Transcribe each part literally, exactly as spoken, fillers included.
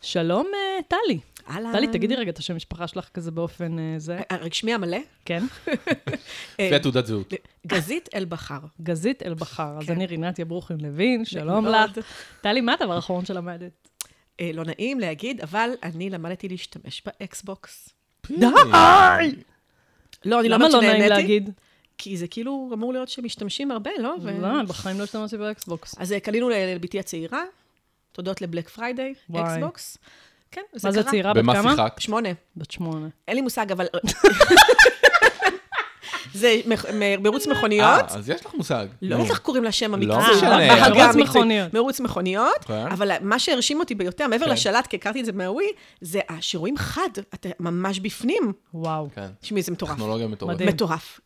שלום, טלי. אהלן. טלי, תגידי רגע את השם משפחה שלך כזה באופן זה. רק שמי המלא? כן. לפי תעודת זהות. גזית אלבחר. גזית אלבחר. אז אני רינתיה ברוכין לוין, שלום לך. טלי, מה הדבר האחרון שלמדת? לא נעים להגיד, אבל אני למדתי להשתמש באקסבוקס. די! לא, אני לא למה אומרת לא נעים שנהניתי. להגיד? כי זה כאילו אמור להיות שמשתמשים הרבה, לא? לא, בחיים לא השתמשתי באקסבוקס. אז קנינו לביתי הצעירה, תודות לבלק פריידיי, אקסבוקס. כן, זה מה קרה. זה צעירה בת כמה? במה שיחק? שמונה. בת שמונה. אין לי מושג, אבל... זה מרוץ מכוניות. אה, אז יש לך מושג. לא יודעת איך קוראים לשם המקצועי. לא משנה. מרוץ מכוניות. מרוץ מכוניות, כן. אבל מה שהרשים אותי ביותר, מעבר כן. לשלט, כי הכרתי את זה מהווי, זה שרואים חד, אתה ממש בפנים. וואו. כן. תשמעי, זה מטורף. טכנולוגיה מטורפת. מדהים. מטורף.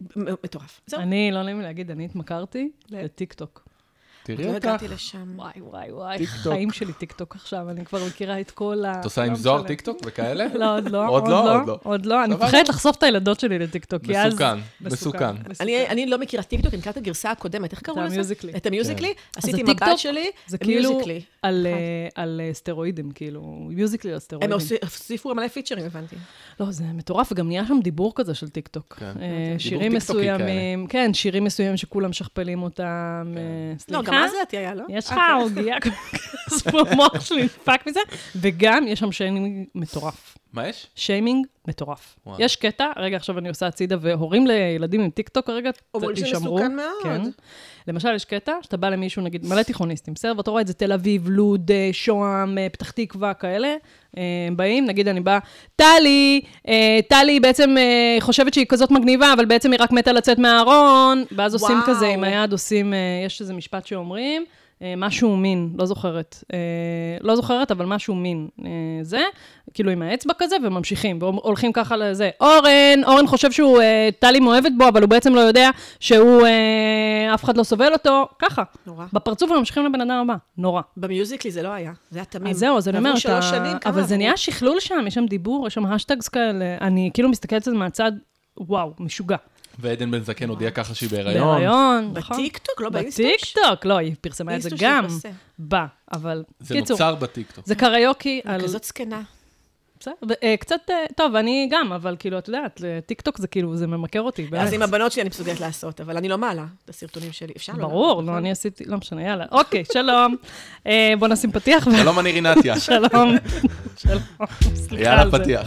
מטורף. זהו. אני, לא נעים להגיד, אני התמכרתי לטיקטוק. תראי לא אותך. הגעתי לשם. וואי, וואי, וואי, טיקטוק. חיים שלי טיקטוק עכשיו, אני כבר מכירה את כל ה... את עושה עם לא זוהר משנה. טיקטוק וכאלה? לא, עוד לא, עוד לא? עוד לא. עוד לא, אני סבבה. מפחדת לחשוף את הילדות שלי לטיקטוק, כי אז... מסוכן, מסוכן. אני, אני לא מכירה טיקטוק, אני מכירה את הגרסה הקודמת, איך קראו את לזה? המיוזיקלי. את המיוזיקלי. עשיתי עם הטיקטוק הבת שלי, זה כאילו מיוזיקלי. על, אה, על אה, סטרואידים, כאילו, מיוזיקלי על הם סטרואידים. הוסיפו מלא פיצ'רים, הבנתי. לא, זה מטורף, וגם נהיה שם דיבור כזה של טיקטוק. כן. אה, דיבור שירים טיקטוקי מסוימים, כן, שירים מסוימים שכולם משכפלים אותם. אה, לא, סליחה? גם אז זה היה, לא? יש לך אה, כן. עוגיה, אז פה המוח שלי נדפק מזה, וגם יש שם שיימינג מטורף. מה יש? שיימינג מטורף. וואו. יש קטע, רגע, עכשיו אני עושה הצידה, והורים לילדים עם טיקטוק, רגע, אומרים שזה תשמרו. מסוכן מאוד. כן. למשל, יש קטע, שאתה בא למישהו, נגיד, מלא תיכוניסטים, בסדר? ואתה רואה את זה תל אביב, לוד, שוהם, פתח תקווה, כאלה. הם באים, נגיד, אני באה, טלי, אה, טלי בעצם אה, חושבת שהיא כזאת מגניבה, אבל בעצם היא רק מתה לצאת מהארון, ואז עושים וואו. כזה, עם היד עושים, אה, יש איזה משפט שאומרים, אה, משהו מין, לא זוכרת. אה, לא זוכרת, אבל משהו מין. אה, זה, כאילו עם האצבע כזה, וממשיכים, והולכים ככה לזה. אורן, אורן חושב שהוא, אה, טלי מאוהבת בו, אבל הוא בעצם לא יודע שהוא, אה, אף אחד לא סובל אותו, ככה. נורא. בפרצוף וממשיכים לבן אדם הבא. נורא. במיוזיקלי זה לא היה, זה היה תמיד. אז זהו, אז אני אומרת, עברו שלוש אתה- שנים, כמה אבל זה עברו? נהיה שכלול שם, יש שם דיבור, יש שם השטגס כאלה, אני כאילו מסתכלת על זה מהצד, וואו, משוגע. ועדן בן זקן הודיע ככה שהיא בהיריון. בהיריון, נכון? בטיקטוק, לא באינסטוש? בטיקטוק, לא, היא פרסמה את זה אינסטוש גם, זה פסה. בא, אבל זה קיצור, נוצר בטיקטוק. זה קריוקי על... כזאת זקנה. בסדר, ו- אה, קצת, אה, טוב, אני גם, אבל כאילו, את יודעת, טיקטוק זה כאילו, זה ממכר אותי. אז באמת. עם הבנות שלי אני מסוגלת לעשות, אבל אני לא מעלה את הסרטונים שלי. אפשר לא? ברור, לעלות, לא, נכון? אני עשיתי, לא משנה, יאללה. אוקיי, שלום. אה, בוא נשים פתיח. ו- שלום, אני רינתיה. שלום. שלום. סליחה יאללה, על זה. פתיח.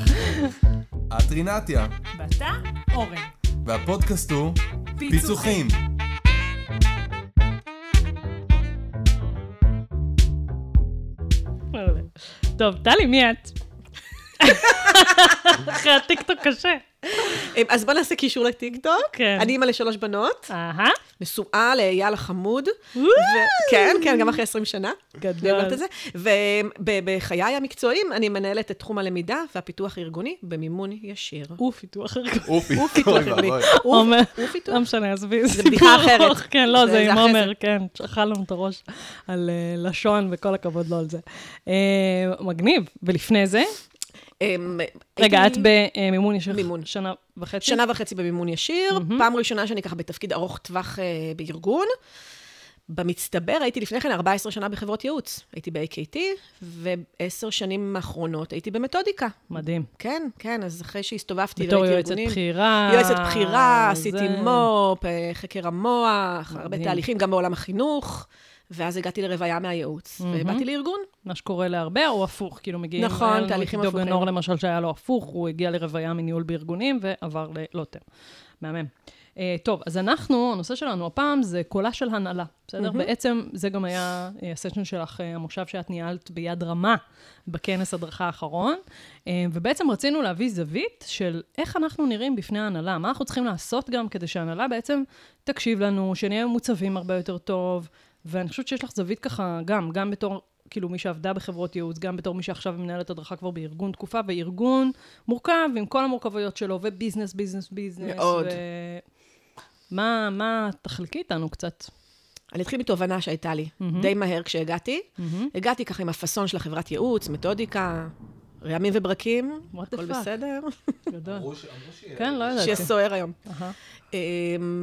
את רינתיה, ואתה, אורן. והפודקאסט הוא פיצוחים. מעולה. טוב, טלי, מי את? אחרי הטיקטוק קשה. אז בוא נעשה קישור לטיקטוק. כן. אני אימא לשלוש בנות, אהה. נשואה לאייל החמוד. וואו. ו- כן, כן, גם אחרי עשרים שנה. גדול. אני אומרת את זה. ובחיי המקצועיים, אני מנהלת את תחום הלמידה והפיתוח הארגוני במימון ישיר. ופיתוח ארגוני. אופי. ופיתוח אוי ארגוני. ואבוי. עומר. ופיתוח. לא משנה, עזבי. זה בדיחה אחרת. כן, לא, זה- זה זה עם אחרי עומר, זה. כן. שחל לנו את הראש על אה, לשון, וכל הכבוד לו על זה. אה, מגניב. ולפני זה, אמ, רגע, הייתי- את במימון ישיר מימון. שנה וחצי? שנה וחצי במימון ישיר, פעם ראשונה שאני ככה בתפקיד ארוך טווח אה, בארגון. במצטבר הייתי לפני כן ארבע עשרה שנה בחברות ייעוץ. הייתי ב-איי קיי טי, ועשר שנים האחרונות הייתי במתודיקה. מדהים. כן, כן, אז אחרי שהסתובבתי בתור וראיתי יועצת ארגונים... בחירה. יועצת בחירה, זה- עשיתי מו"פ, אה, חקר המוח, הרבה מדהים. תהליכים גם בעולם החינוך, ואז הגעתי לרוויה מהייעוץ, ובאתי לארגון. מה שקורה להרבה, או הפוך, כאילו מגיעים... נכון, היה לנו תהליכים את הפוכים. דוגנור למשל שהיה לו הפוך, הוא הגיע לרוויה מניהול בארגונים, ועבר ללוטר. מהמם. Uh, טוב, אז אנחנו, הנושא שלנו הפעם זה קולה של הנהלה, בסדר? Mm-hmm. בעצם זה גם היה uh, הסשן שלך, uh, המושב שאת ניהלת ביד רמה בכנס הדרכה האחרון, uh, ובעצם רצינו להביא זווית של איך אנחנו נראים בפני ההנהלה, מה אנחנו צריכים לעשות גם כדי שההנהלה בעצם תקשיב לנו, שנהיה מוצבים הרבה יותר טוב, ואני חושבת שיש לך זווית ככה גם, גם בתור... כאילו מי שעבדה בחברות ייעוץ, גם בתור מי שעכשיו מנהלת הדרכה כבר בארגון תקופה, וארגון מורכב עם כל המורכבויות שלו, וביזנס, ביזנס, ביזנס. מאוד. ו... מה, מה, תחלקי איתנו קצת. אני אתחיל מתובנה שהייתה לי, די מהר כשהגעתי. הגעתי ככה עם הפסון של החברת ייעוץ, מתודיקה, רעמים וברקים, What the הכל fuck? בסדר. גדול. אמרו ש- אמרו שיהיה- כן, לא יודעת. שיהיה סוער היום. אהה. אמ,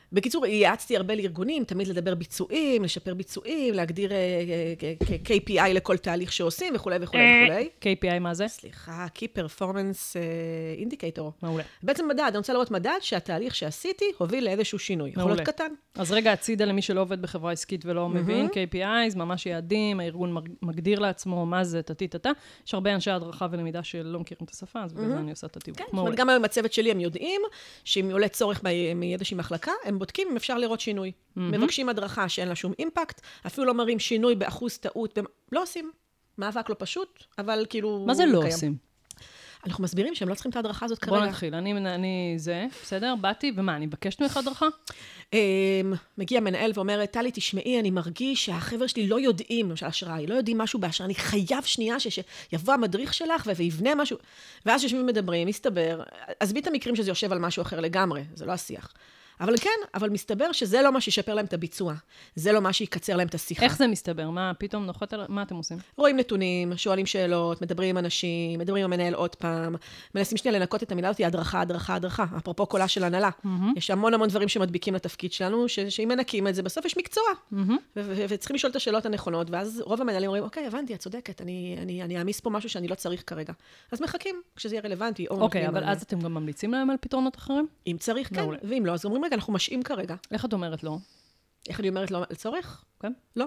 בקיצור, ייעצתי הרבה לארגונים, תמיד לדבר ביצועים, לשפר ביצועים, להגדיר קיי פי איי לכל תהליך שעושים וכו' וכו' וכו'. קיי פי איי מה זה? סליחה, Key Performance Indicator. מעולה. בעצם מדד, אני רוצה לראות מדד שהתהליך שעשיתי הוביל לאיזשהו שינוי. יכול להיות קטן. אז רגע, הצידה למי שלא עובד בחברה עסקית ולא מבין, קיי פי איי, זה ממש יעדים, הארגון מגדיר לעצמו מה זה, תתי תתה. יש הרבה אנשי הדרכה ולמידה שלא מכירים את השפה, אז בגלל זה אני עושה את התיווך. כן, זאת אומרת, גם במצבת שלי הם יודעים שאם עולה צורך מאיזושהי מחלקה, הם בודקים אם אפשר לראות שינוי. מבקשים הדרכה שאין לה שום אימפקט, אפילו לא מראים שינוי באחוז טעות, לא עושים. מאבק לא פשוט, אבל כאילו... מה זה לא עושים? אנחנו מסבירים שהם לא צריכים את ההדרכה הזאת כרגע. בוא נתחיל, אני, אני זה, בסדר? באתי, ומה, אני מבקשת ממך הדרכה? מגיע מנהל ואומרת, טלי, תשמעי, אני מרגיש שהחבר שלי לא יודעים, למשל אשראי, לא יודעים משהו באשראי, אני חייב שנייה שיבוא המדריך שלך ויבנה משהו. ואז יושבים ומדברים, מסתבר, עזבי את המקרים שזה יושב על משהו אחר לגמרי, זה לא השיח. אבל כן, אבל מסתבר שזה לא מה שישפר להם את הביצוע. זה לא מה שיקצר להם את השיחה. איך זה מסתבר? מה, פתאום נוחות על... מה אתם עושים? רואים נתונים, שואלים שאלות, מדברים עם אנשים, מדברים עם המנהל עוד פעם, מנסים שנייה לנקות את המילה אותי, הדרכה, הדרכה, הדרכה. אפרופו קולה של הנהלה. יש המון המון דברים שמדביקים לתפקיד שלנו, שאם מנקים את זה, בסוף יש מקצוע. וצריכים לשאול את השאלות הנכונות, ואז רוב המנהלים אומרים, אוקיי, הבנתי, את צודקת, אני, אני, אני אעמיס פה משהו שאני לא צריך כרגע. אז מחכים כשזה יהיה רלוונטי. אוקיי, אבל אז אתם גם ממליצים להם על פתרונות אחרים? אם צריך, כן. ואם לא, אז אומרים, רגע, אנחנו משאים כרגע. איך את אומרת לא? איך אני אומרת לא לצורך? כן. לא.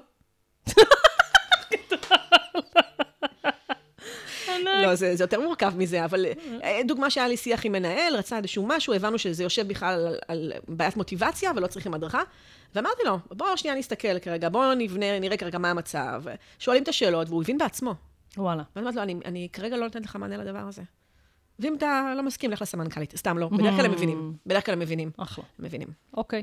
לא, זה, זה יותר מורכב מזה, אבל דוגמה שהיה לי שיח עם מנהל, רצה איזשהו משהו, הבנו שזה יושב בכלל על, על בעיית מוטיבציה, ולא צריכים הדרכה, ואמרתי לו, בואו שנייה נסתכל כרגע, בואו נבנה, נראה כרגע מה המצב, שואלים את השאלות, והוא הבין בעצמו. וואלה. ואני אומרת לו, אני, אני כרגע לא נותנת לך מענה לדבר הזה. ואם אתה לא מסכים, לך לסמנכ"לית. סתם לא. בדרך כלל הם מבינים. בדרך כלל הם מבינים. אחלה. מבינים. אוקיי.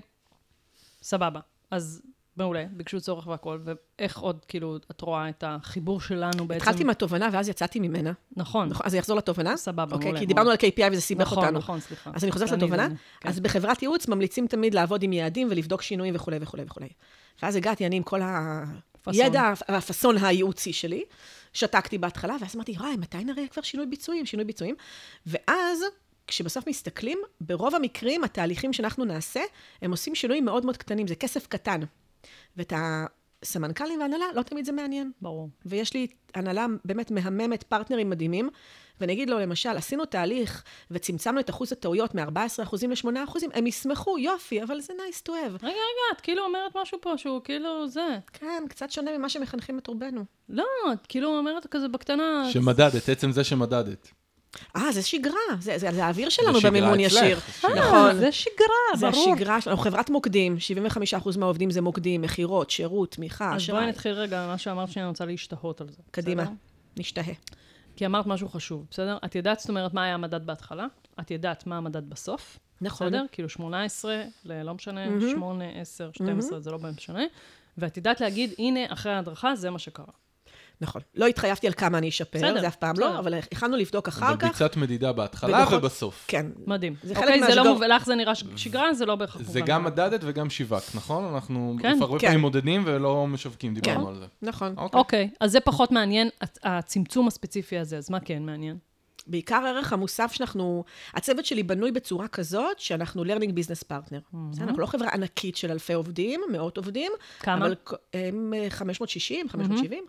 סבבה. אז מעולה, ביקשו צורך והכל, ואיך עוד, כאילו, את רואה את החיבור שלנו בעצם... התחלתי מהתובנה, ואז יצאתי ממנה. נכון. אז אני אחזור לתובנה. סבבה, מעולה. כי דיברנו על קיי פי איי וזה סיבך אותנו. נכון, נכון, סליחה. אז אני חוזרת לתובנה. אז בחברת ייעוץ ממליצים תמיד לעבוד עם יעדים ולבדוק שינויים וכו' וכו' וכו'. ואז הגעתי אני עם כל הידע, הפסון הייעוצי שלי. שתקתי בהתחלה, ואז אמרתי, וואי, מתי נראה כבר שינוי ביצועים, שינוי ביצועים? ואז, כשבסוף מסתכלים, ברוב המקרים, התהליכים שאנחנו נעשה, הם עושים שינויים מאוד מאוד קטנים, זה כסף קטן. ואת הסמנכ"לים והנהלה, לא תמיד זה מעניין. ברור. ויש לי הנהלה באמת מהממת, פרטנרים מדהימים, ואני אגיד לו, למשל, עשינו תהליך, וצמצמנו את אחוז הטעויות מ-ארבעה עשר אחוזים ל-שמונה אחוזים, הם ישמחו, יופי, אבל זה nice to have. רגע, רגע, את כאילו אומרת משהו פה, שהוא כאילו זה. כן, קצת שונה ממה שמחנכים את רובנו. לא, את כאילו אומרת כזה בקטנה... שמדדת, עצם זה שמדדת. אה, זה שגרה, זה, זה, זה האוויר שלנו במימון ישיר. נכון. זה שגרה, זה ברור. השגרה שלנו, חברת מוקדים, שבעים וחמישה אחוז מהעובדים זה מוקדים, מחירות, שירות, תמיכה, אשראי. אז בואי נתחיל רגע, מה שאמרת שאני רוצה להשתהות על זה. קדימה, נשתהה. כי אמרת משהו חשוב, בסדר? את ידעת, זאת אומרת, מה היה המדד בהתחלה, את ידעת מה המדד בסוף, נכון. בסדר? כאילו שמונה עשרה, לא משנה, שמונה, עשר, שתים עשרה, זה לא משנה, ואת ידעת להגיד, הנה, אחרי ההדרכה, זה מה שקרה. נכון. לא התחייבתי על כמה אני אשפר, זה אף פעם לא, אבל הכנו לבדוק אחר כך. אבל ביצעת מדידה בהתחלה ובסוף. כן. מדהים. אוקיי, זה לא מובן, לך זה נראה שגרה, זה לא בהכרח. זה גם מדדת וגם שיווק, נכון? אנחנו הרבה פעמים מודדים ולא משווקים, דיברנו על זה. נכון. אוקיי, אז זה פחות מעניין, הצמצום הספציפי הזה, אז מה כן מעניין? בעיקר הערך המוסף שאנחנו, הצוות שלי בנוי בצורה כזאת, שאנחנו learning business partner. אנחנו לא חברה ענקית של אלפי עובדים, מאות עובדים. כמה? אבל הם חמש מאות שישים, חמש מאות שבעים,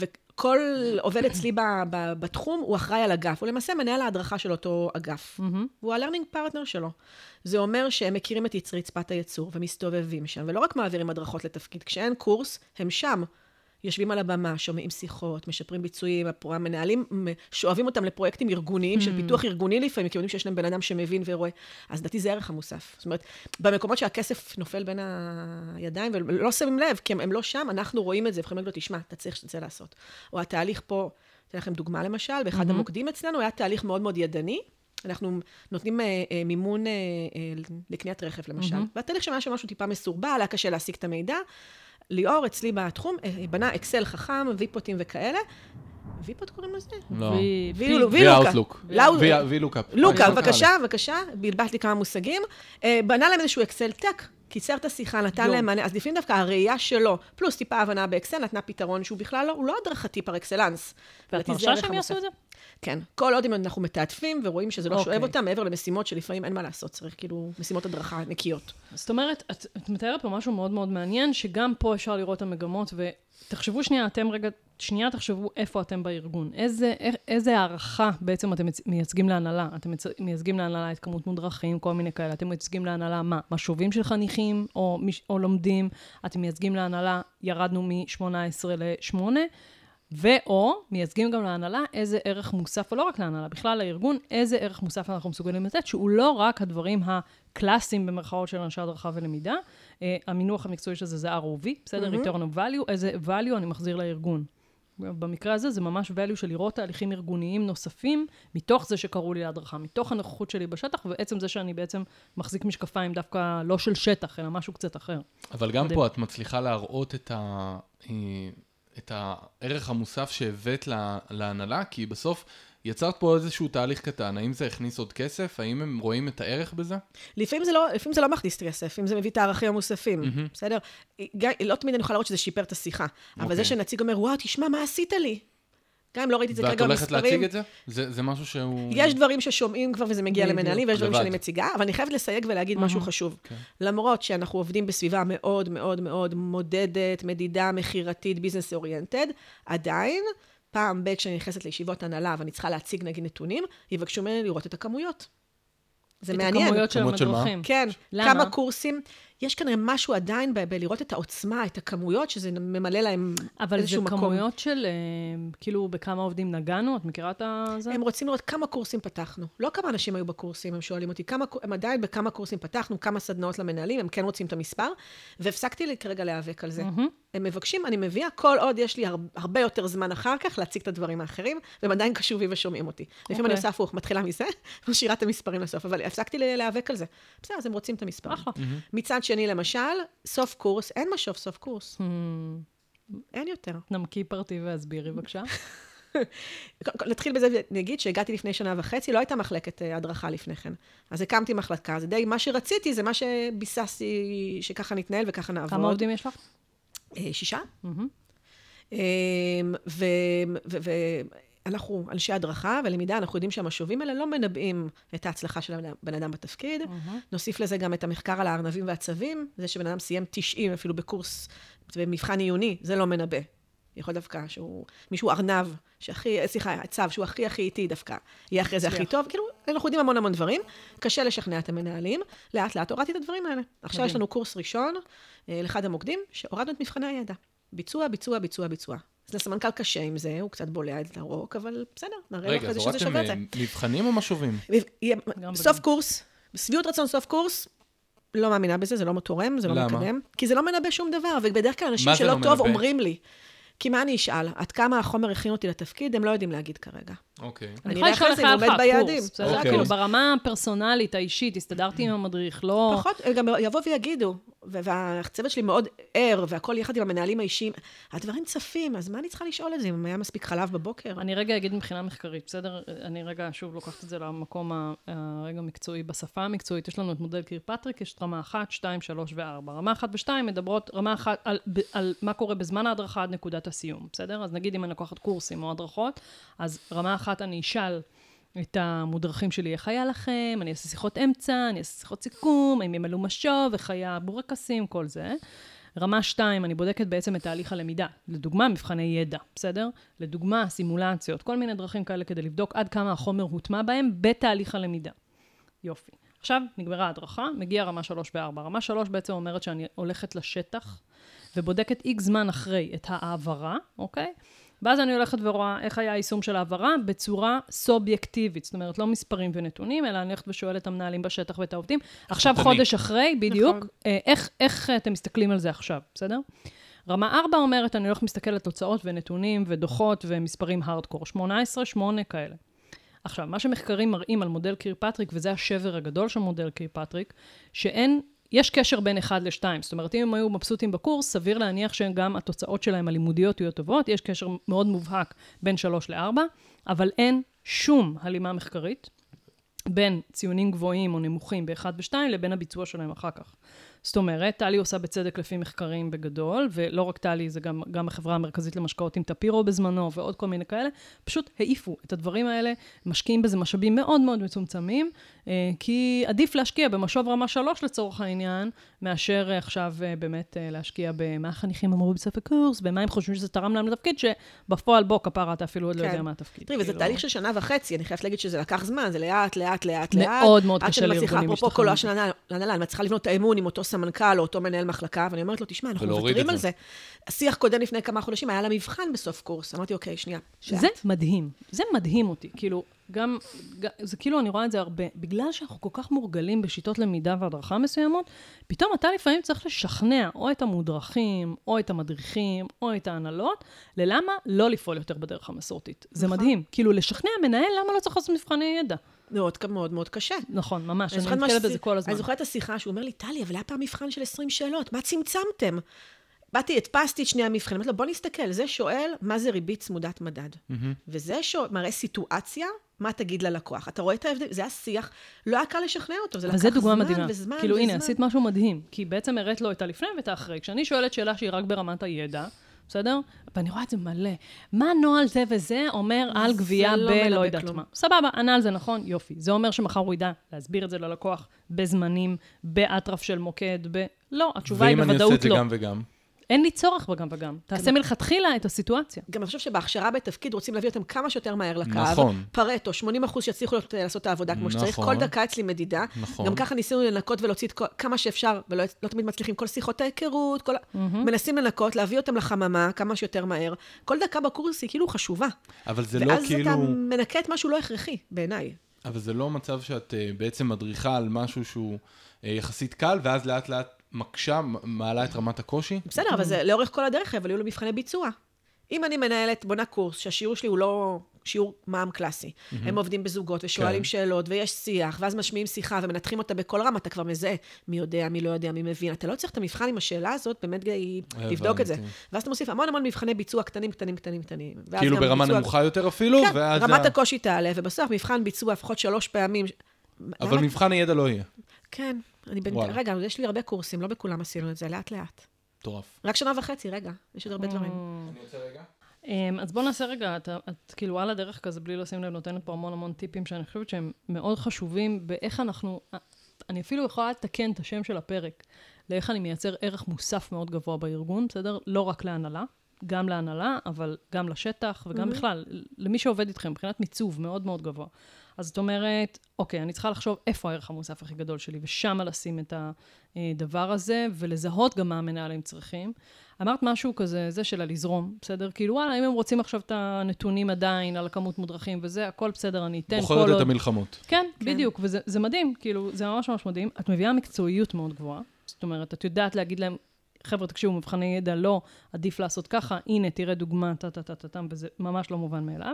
וכל עובד אצלי בתחום הוא אחראי על אגף, הוא למעשה מנהל ההדרכה של אותו אגף. והוא ה-learning partner שלו. זה אומר שהם מכירים את רצפת הייצור, ומסתובבים שם, ולא רק מעבירים הדרכות לתפקיד. כשאין קורס, הם שם. יושבים על הבמה, שומעים שיחות, משפרים ביצועים, המנהלים שואבים אותם לפרויקטים ארגוניים, של פיתוח ארגוני לפעמים, כי יודעים שיש להם בן אדם שמבין ורואה. אז דעתי זה ערך המוסף. זאת אומרת, במקומות שהכסף נופל בין הידיים, ולא שמים לב, כי הם, הם לא שם, אנחנו רואים את זה, יכולים להגיד לו, תשמע, אתה צריך שתצא לעשות. או התהליך פה, אתן לכם דוגמה למשל, באחד המוקדים אצלנו, היה תהליך מאוד מאוד ידני, אנחנו נותנים אה, אה, מימון אה, אה, לקניית רכב למשל. והתהליך שמה שמשהו טיפה מסורבל, היה קשה להשיג את המידע, ליאור אצלי בתחום, בנה אקסל חכם, ויפוטים וכאלה. ויפוט קוראים לזה? לא. וילוקאפ. וילוקאפ. לוקאפ, בבקשה, בבקשה. בלבט לי כמה מושגים. בנה להם איזשהו אקסל טק, קיצר את השיחה, נתן להם מענה. אז לפעמים דווקא הראייה שלו, פלוס טיפה הבנה באקסל, נתנה פתרון שהוא בכלל לא, הוא לא הדרכתי פר אקסלנס. ואת מרשה שהם יעשו את זה? כן. כל עוד אם אנחנו מתעטפים ורואים שזה לא אוקיי. שואב אותם, מעבר למשימות שלפעמים אין מה לעשות, צריך כאילו משימות הדרכה נקיות. זאת אומרת, את, את מתארת פה משהו מאוד מאוד מעניין, שגם פה אפשר לראות את המגמות, ותחשבו שנייה, אתם רגע, שנייה תחשבו איפה אתם בארגון. איזה, איזה הערכה בעצם אתם מייצגים להנהלה? אתם מייצגים להנהלה את כמות מודרכים, כל מיני כאלה. אתם מייצגים להנהלה מה? משובים של חניכים או, או לומדים? אתם מייצגים להנהלה, ירדנו מ-שמונה עשרה ל-שמונה, ואו מייצגים גם להנהלה איזה ערך מוסף, או לא רק להנהלה, בכלל לארגון, איזה ערך מוסף אנחנו מסוגלים לתת, שהוא לא רק הדברים הקלאסיים במרכאות של אנשי הדרכה ולמידה. המינוח המקצועי של זה זה אר או וי, בסדר? Mm-hmm. return of value, איזה value אני מחזיר לארגון. במקרה הזה זה ממש value של לראות תהליכים ארגוניים נוספים, מתוך זה שקראו לי להדרכה, מתוך הנוכחות שלי בשטח, ובעצם זה שאני בעצם מחזיק משקפיים דווקא לא של שטח, אלא משהו קצת אחר. אבל גם פה את מצליחה להראות את ה... את הערך המוסף שהבאת לה, להנהלה, כי בסוף יצרת פה איזשהו תהליך קטן. האם זה הכניס עוד כסף? האם הם רואים את הערך בזה? לפעמים זה לא, לפעמים זה לא מכניס כסף, אם זה מביא את הערכים המוספים, mm-hmm. בסדר? לא תמיד אני יכולה לראות שזה שיפר את השיחה, okay. אבל זה שנציג אומר, וואו, תשמע, מה עשית לי? גם אם לא ראיתי את זה כרגע במספרים. ואת הולכת להציג את זה? זה, זה משהו שהוא... יש דברים ששומעים כבר וזה מגיע למנהלים, ויש דברים שאני מציגה, אבל אני חייבת לסייג ולהגיד משהו חשוב. למרות שאנחנו עובדים בסביבה מאוד מאוד מאוד מודדת, מדידה, מחירתית, ביזנס אוריינטד, עדיין, פעם ב' כשאני נכנסת לישיבות הנהלה, ואני צריכה להציג נגיד נתונים, יבקשו ממני לראות את הכמויות. זה מעניין. את הכמויות של המדרכים. כן. כמה קורסים. יש כנראה משהו עדיין בלראות את העוצמה, את הכמויות, שזה ממלא להם איזשהו מקום. אבל זה כמויות של, כאילו, בכמה עובדים נגענו? את מכירה את זה? הם רוצים לראות כמה קורסים פתחנו. לא כמה אנשים היו בקורסים, הם שואלים אותי, כמה, הם עדיין בכמה קורסים פתחנו, כמה סדנאות למנהלים, הם כן רוצים את המספר, והפסקתי לי כרגע להיאבק על זה. הם מבקשים, אני מביאה, כל עוד יש לי הרבה יותר זמן אחר כך להציג את הדברים האחרים, והם עדיין קשובים ושומעים אותי. לפעמים אני עושה הפוך, מתחילה מזה, ומשאירה את המספרים לסוף, אבל הפסקתי להיאבק על זה. בסדר, אז הם רוצים את המספר. מצד שני, למשל, סוף קורס, אין משוב סוף קורס. אין יותר. נמקי פרטי והסבירי, בבקשה. נתחיל בזה ונגיד שהגעתי לפני שנה וחצי, לא הייתה מחלקת הדרכה לפני כן. אז הקמתי מחלקה, זה די מה שרציתי, זה מה שביססתי, שככה נתנהל וככה נעבוד. כמה עובדים יש לך? שישה. ואנחנו אנשי הדרכה ולמידה, אנחנו יודעים שהמשובים האלה לא מנבאים את ההצלחה של הבן אדם בתפקיד. נוסיף לזה גם את המחקר על הארנבים והצבים, זה שבן אדם סיים תשעים אפילו בקורס, במבחן עיוני, זה לא מנבא. יכול דווקא שהוא, מישהו ארנב, שהכי, סליחה, הצב, שהוא הכי הכי איטי דווקא, יהיה אחרי זה הכי טוב. כאילו, אנחנו יודעים המון המון דברים, קשה לשכנע את המנהלים, לאט לאט הורדתי את הדברים האלה. עכשיו יש לנו קורס ראשון, לאחד המוקדים, שהורדנו את מבחני הידע. ביצוע, ביצוע, ביצוע, ביצוע. אז לסמנכ"ל קשה עם זה, הוא קצת בולע את הרוק, אבל בסדר, נראה לך שזה שווה את זה. רגע, אז הורדתם מבחנים או משובים? סוף קורס, סביעות רצון סוף קורס, לא מאמינה בזה, זה לא תורם, זה לא מקדם. כי זה לא מנבא שום דבר, ובדרך כלל אנשים שלא טוב אומרים לי, כי מה אני אשאל? עד כמה החומר הכין אותי לתפקיד, הם לא יודעים להגיד כרגע. אוקיי. אני יכולה לשאול לך על ביעדים. בסדר, כאילו, ברמה הפרסונלית, האישית, הסתדרתי עם המדריך, לא... פחות, גם יבוא ויגידו, והצוות שלי מאוד ער, והכל יחד עם המנהלים האישיים, הדברים צפים, אז מה אני צריכה לשאול את זה, אם היה מספיק חלב בבוקר? אני רגע אגיד מבחינה מחקרית, בסדר? אני רגע, שוב, לוקחת את זה למקום הרגע מקצועי. בשפה המקצועית, יש לנו את מודל קירפטריק, יש רמה אחת, שתיים, שלוש וארבע. רמה אחת ושתיים מדברות, רמה אחת, על, על מה קורה בזמן ההדרכה עד נקודת הסיום, בסדר? אז נגיד אם אני לוקחת קורסים או הדרכות, אז רמה אחת אני אשאל את המודרכים שלי, איך היה לכם, אני אעשה שיחות אמצע, אני אעשה שיחות סיכום, אם ימלאו משוב, איך היה בורקסים, כל זה. רמה שתיים, אני בודקת בעצם את תהליך הלמידה. לדוגמה, מבחני ידע, בסדר? לדוגמה, סימולציות, כל מיני דרכים כאלה כדי לבדוק עד כמה החומר הוטמע בהם בתהליך הלמידה. יופי. עכשיו, נגמרה ההדרכה, מגיע רמה שלוש וארבע. רמה שלוש בעצם אומרת שאני הולכת לשטח, ובודקת איקס זמן אחרי את העברה, אוקיי? ואז אני הולכת ורואה איך היה היישום של העברה בצורה סובייקטיבית, זאת אומרת, לא מספרים ונתונים, אלא אני הולכת ושואלת את המנהלים בשטח ואת העובדים. עכשיו חודש אחרי, בדיוק, איך, איך אתם מסתכלים על זה עכשיו, בסדר? רמה ארבע אומרת, אני הולכת מסתכל על תוצאות ונתונים ודוחות ומספרים הארדקור, שמונה עשרה, שמונה כאלה. עכשיו, מה שמחקרים מראים על מודל קירפטריק, וזה השבר הגדול של מודל קירפטריק, שאין יש קשר בין אחד לשתיים, זאת אומרת, אם הם היו מבסוטים בקורס, סביר להניח שגם התוצאות שלהם הלימודיות יהיו טובות, יש קשר מאוד מובהק בין שלוש לארבע, אבל אין שום הלימה מחקרית בין ציונים גבוהים או נמוכים באחד ושתיים, לבין הביצוע שלהם אחר כך. זאת אומרת, טלי עושה בצדק לפי מחקרים בגדול, ולא רק טלי, זה גם, גם החברה המרכזית למשקאות עם טפירו בזמנו, ועוד כל מיני כאלה, פשוט העיפו את הדברים האלה, משקיעים בזה משאבים מאוד מאוד מצומצמים, כי עדיף להשקיע במשוב רמה שלוש לצורך העניין, מאשר עכשיו באמת להשקיע במה החניכים אמרו בסוף הקורס, במה הם חושבים שזה תרם להם לתפקיד, שבפועל בו כפרה אתה אפילו עוד לא יודע מה התפקיד. תראי, וזה תהליך של שנה וחצי, אני חייבת להגיד שזה לקח זמן, זה לאט, לאט, לאט, לאט. מאוד מאוד קשה לארגונים אפרופו קולו של הנהלה, אני מצליחה לבנות את האמון עם אותו סמנכ"ל או אותו מנהל מחלקה, ואני אומרת לו, תשמע, אנחנו מוותרים על זה. השיח קודם לפני כמה חודשים היה למבחן בסוף קורס. אמרתי, אוקיי, שנייה. זה מדהים. זה מדהים אותי. כאילו, גם, זה כאילו, אני רואה את זה הרבה. בגלל שאנחנו כל כך מורגלים בשיטות למידה והדרכה מסוימות, פתאום אתה לפעמים צריך לשכנע או את המודרכים, או את המדריכים, או את ההנהלות, ללמה לא לפעול יותר בדרך המסורתית. זה מדהים. כאילו, לשכנע מנהל, למה לא צריך לעשות מבחני ידע? מאוד, מאוד, מאוד קשה. נכון, ממש, אני מתקלת בזה כל הזמן. אני זוכרת את השיחה שהוא אומר לי, טלי, אבל היה פעם מבחן של עשרים שאלות, מה צמצמתם? באתי, הדפסתי את שני המבחנים, אמרתי לו, בוא נסתכל, זה שואל מה זה ריבית צמודת מדד. וזה מראה סיטואציה, מה תגיד ללקוח. אתה רואה את ההבדל, זה השיח, לא היה קל לשכנע אותו, זה לקח זמן וזמן וזמן. כאילו, הנה, עשית משהו מדהים, כי בעצם הראת לו את הלפני ואת האחרי. כשאני שואלת שאלה שהיא רק ברמת הידע, בסדר? ואני רואה את זה מלא. מה נוהל זה וזה אומר על גבייה בלא יודעת מה? סבבה, הנהל זה נכון, יופי. זה אומר שמחר הוא ידע להסביר את זה ללקוח בזמנים, באטרף של מוקד, ב... לא, התשובה היא בוודאות לא. ואם אני עושה את זה גם וגם? אין לי צורך בגם וגם. תעשה מלכתחילה את הסיטואציה. גם אני חושב שבהכשרה בתפקיד רוצים להביא אותם כמה שיותר מהר לקו. נכון. פרטו, שמונים אחוז שיצליחו לעשות את העבודה כמו שצריך. כל דקה אצלי מדידה. נכון. גם ככה ניסינו לנקות ולהוציא כמה שאפשר, ולא לא תמיד מצליחים כל שיחות ההיכרות, כל... mm-hmm. מנסים לנקות, להביא אותם לחממה כמה שיותר מהר. כל דקה בקורס היא כאילו חשובה. אבל זה לא ואז כאילו... אתה מנקה את משהו לא הכרחי, בעיניי. אבל זה לא מצב שאת בעצם מדריכה על משהו שהוא יחסית קל, ואז לאט לאט מקשה, מעלה את רמת הקושי? בסדר, אבל זה לאורך כל הדרך, אבל יהיו לו מבחני ביצוע. אם אני מנהלת, בונה קורס, שהשיעור שלי הוא לא שיעור מע"מ קלאסי, הם עובדים בזוגות ושואלים שאלות, ויש שיח, ואז משמיעים שיחה ומנתחים אותה בכל רם, אתה כבר מזהה מי יודע, מי לא יודע, מי מבין. אתה לא צריך את המבחן עם השאלה הזאת, באמת לבדוק את זה. ואז אתה מוסיף המון המון מבחני ביצוע קטנים, קטנים, קטנים, קטנים. כאילו ברמה נמוכה יותר אפילו? כן, רמת הקושי תעלה, ובסוף מבחן ביצוע לפחות שלוש פעמים. אבל מבחן הידע לא יהיה. כן, אני בין... רגע, יש לי הרבה קורסים, לא בכולם עשינו את זה, לאט לאט. טורף. רק שנה וחצי, רגע, יש עוד הרבה דברים. אני יוצא רגע? אז בוא נעשה רגע, את, את כאילו על הדרך כזה, בלי לשים לב, נותנת פה המון המון טיפים שאני חושבת שהם מאוד חשובים, באיך אנחנו, אני אפילו יכולה לתקן את השם של הפרק, לאיך אני מייצר ערך מוסף מאוד גבוה בארגון, בסדר? לא רק להנהלה, גם להנהלה, אבל גם לשטח, וגם בכלל, למי שעובד איתכם, מבחינת מיצוב מאוד מאוד גבוה. אז זאת אומרת, אוקיי, אני צריכה לחשוב איפה הערך המוסף הכי גדול שלי, ושמה לשים את הדבר הזה, ולזהות גם מה המנהלים צריכים. אמרת משהו כזה, זה של הלזרום, בסדר? כאילו, וואלה, אם הם רוצים עכשיו את הנתונים עדיין על הכמות מודרכים וזה, הכל בסדר, אני אתן. בוחרת את המלחמות. כן, בדיוק, וזה מדהים, כאילו, זה ממש ממש מדהים. את מביאה מקצועיות מאוד גבוהה, זאת אומרת, את יודעת להגיד להם, חבר'ה, תקשיבו, מבחני ידע לא, עדיף לעשות ככה, הנה, תראה דוגמה, טה-טה-טה-טם, וזה ממש לא מובן מאליו.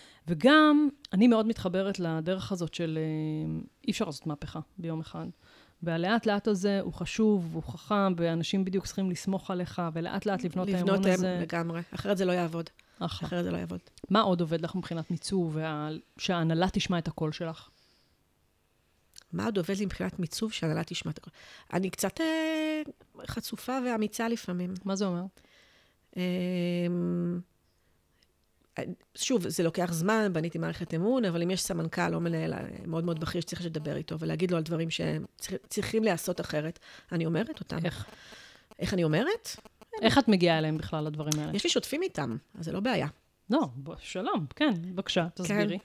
וגם, אני מאוד מתחברת לדרך הזאת של אי אפשר לעשות מהפכה ביום אחד. והלאט לאט הזה הוא חשוב, הוא חכם, ואנשים בדיוק צריכים לסמוך עליך, ולאט לאט לבנות את האמון הזה. לבנות לגמרי, אחרת זה לא יעבוד. אחרת זה לא יעבוד. מה עוד עובד לך מבחינת מיצוב, שההנהלה תשמע את הקול שלך? מה עוד עובד לי מבחינת מיצוב שההנהלה תשמע את הקול? אני קצת חצופה ואמיצה לפעמים. מה זה אומר? שוב, זה לוקח זמן, בניתי מערכת אמון, אבל אם יש סמנכ"ל או מנהל מאוד מאוד בכיר שצריך לדבר איתו, ולהגיד לו על דברים שצריכים לעשות אחרת, אני אומרת אותם. איך? איך אני אומרת? איך את מגיעה אליהם בכלל לדברים האלה? יש לי שוטפים איתם, אז זה לא בעיה. לא, שלום, כן, בבקשה, תסבירי.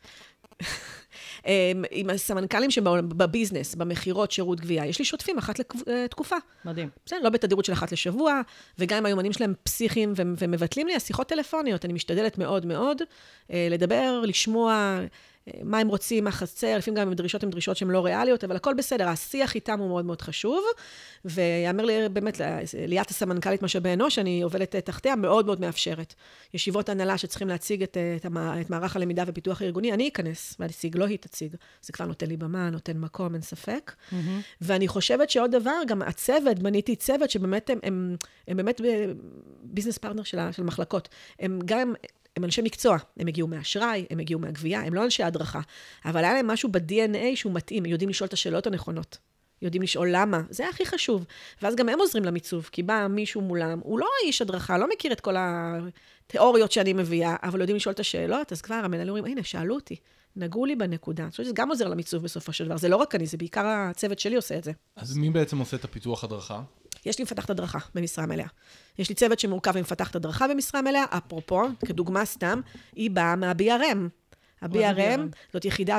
עם הסמנכ"לים שבביזנס, במחירות, שירות גבייה, יש לי שוטפים אחת לתקופה. מדהים. בסדר, לא בתדירות של אחת לשבוע, וגם אם היומנים שלהם פסיכיים ומבטלים לי, השיחות טלפוניות, אני משתדלת מאוד מאוד לדבר, לשמוע מה הם רוצים, מה חסר, לפעמים גם עם דרישות, עם דרישות שהן לא ריאליות, אבל הכל בסדר, השיח איתם הוא מאוד מאוד חשוב, ויאמר לי באמת, ליאת הסמנכ"לית משאבי אנוש, אני עובדת תחתיה, מאוד מאוד מאפשרת. ישיבות הנהלה שצריכים להציג את, את, את מערך הלמידה ופיתוח הארגוני, אני אכנס, ואציג, לא היא תציג. זה כבר נותן לי במה, נותן מקום, אין ספק. Mm-hmm. ואני חושבת שעוד דבר, גם הצוות, בניתי צוות שבאמת הם, הם, הם באמת ביזנס פרטנר של, של מחלקות. הם גם... הם אנשי מקצוע, הם הגיעו מהאשראי, הם הגיעו מהגבייה, הם לא אנשי הדרכה, אבל היה להם משהו ב-די אן איי שהוא מתאים, הם יודעים לשאול את השאלות הנכונות. יודעים לשאול למה, זה הכי חשוב. ואז גם הם עוזרים למיצוב, כי בא מישהו מולם, הוא לא איש הדרכה, לא מכיר את כל התיאוריות שאני מביאה, אבל יודעים לשאול את השאלות, אז כבר המנהלים אומרים, הנה, שאלו אותי, נגעו לי בנקודה. אני חושבת שזה גם עוזר למיצוב בסופו של דבר, זה לא רק אני, זה בעיקר הצוות שלי עושה את זה. אז מי בעצם עושה את הפיתוח הדרכה? יש לי מפתחת הדרכה במשרה מלאה. יש לי צוות שמורכב ומפתחת הדרכה במשרה מלאה, אפרופו, כדוגמה סתם, היא באה מה-בי אר אם. ה-בי אר אם זאת יחידה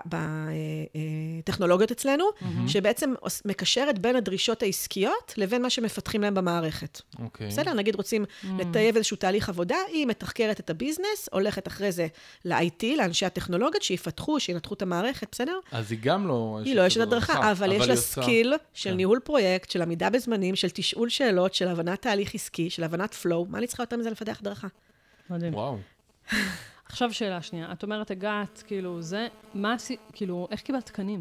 בטכנולוגיות אצלנו, שבעצם מקשרת בין הדרישות העסקיות לבין מה שמפתחים להם במערכת. בסדר, נגיד רוצים לטייב איזשהו תהליך עבודה, היא מתחקרת את הביזנס, הולכת אחרי זה ל-איי טי, לאנשי הטכנולוגיות, שיפתחו, שינתחו את המערכת, בסדר? אז היא גם לא... היא לא יש את הדרכה, אבל יש לה סקיל של ניהול פרויקט, של עמידה בזמנים, של תשאול שאלות, של הבנת תהליך עסקי, של הבנת פלואו. מה אני צריכה יותר מזה לפתח הדרכה? מדהים. וואו. עכשיו שאלה שנייה, את אומרת, הגעת, כאילו, זה, מה, כאילו, איך קיבלת תקנים?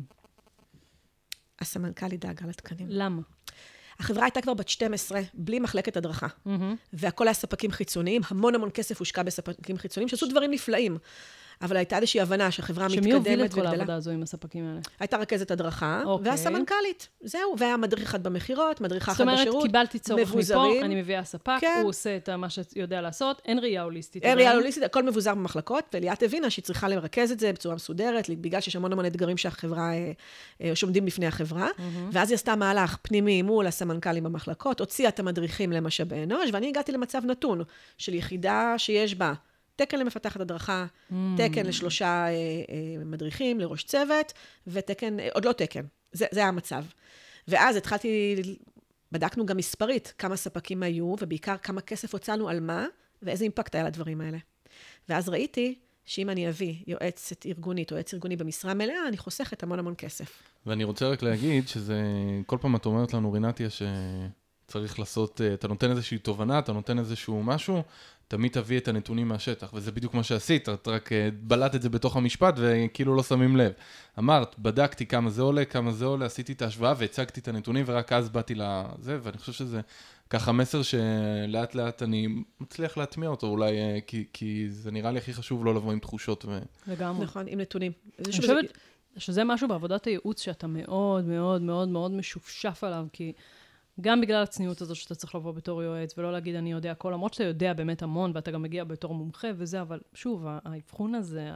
הסמנכ"לית דאגה לתקנים. למה? החברה הייתה כבר בת שתים עשרה, בלי מחלקת הדרכה. והכל היה ספקים חיצוניים, המון המון כסף הושקע בספקים חיצוניים, שעשו דברים נפלאים. אבל הייתה איזושהי הבנה שהחברה מתקדמת וגדלה. שמי הוביל את כל העבודה הזו עם הספקים האלה? הייתה רכזת הדרכה, אוקיי. והסמנכ"לית. זהו, והיה מדריך אחד במחירות, מדריך אחד בשירות. זאת אומרת, קיבלתי צורך מפה, אני מביאה ספק, כן. הוא עושה את מה שיודע לעשות, אין ראייה הוליסטית. אין ראייה הוליסטית, הכל מבוזר במחלקות, וליאת הבינה שהיא צריכה לרכז את זה בצורה מסודרת, בגלל שיש המון המון אתגרים שהחברה, שעומדים בפני החברה, ואז היא עשתה מהלך פנימי מול הסמנכ"לים במחלקות, הוציאה את המדריכים למשאבי אנוש, ואני הגעתי למצב נתון של יחידה שיש בה תקן למפתחת הדרכה, mm. תקן לשלושה אה, אה, מדריכים, לראש צוות, ותקן, אה, עוד לא תקן. זה, זה היה המצב. ואז התחלתי, בדקנו גם מספרית, כמה ספקים היו, ובעיקר כמה כסף הוצאנו על מה, ואיזה אימפקט היה לדברים האלה. ואז ראיתי שאם אני אביא יועצת ארגונית או יועץ ארגוני במשרה מלאה, אני חוסכת המון המון כסף. ואני רוצה רק להגיד שזה, כל פעם את אומרת לנו, רינתיה, שצריך לעשות, אתה נותן איזושהי תובנה, אתה נותן איזשהו משהו, תמיד תביא את הנתונים מהשטח, וזה בדיוק מה שעשית, את רק בלעת את זה בתוך המשפט, וכאילו לא שמים לב. אמרת, בדקתי כמה זה עולה, כמה זה עולה, עשיתי את ההשוואה, והצגתי את הנתונים, ורק אז באתי לזה, ואני חושב שזה ככה מסר שלאט לאט אני מצליח להטמיע אותו, אולי, כי, כי זה נראה לי הכי חשוב לא לבוא עם תחושות. ו... לגמרי. נכון, עם נתונים. אני חושבת שזה משהו בעבודת הייעוץ, שאתה מאוד מאוד מאוד מאוד משופשף עליו, כי גם בגלל הצניעות הזו שאתה צריך לבוא בתור יועץ, ולא להגיד אני יודע הכל, למרות שאתה יודע באמת המון, ואתה גם מגיע בתור מומחה וזה, אבל שוב, האבחון הזה,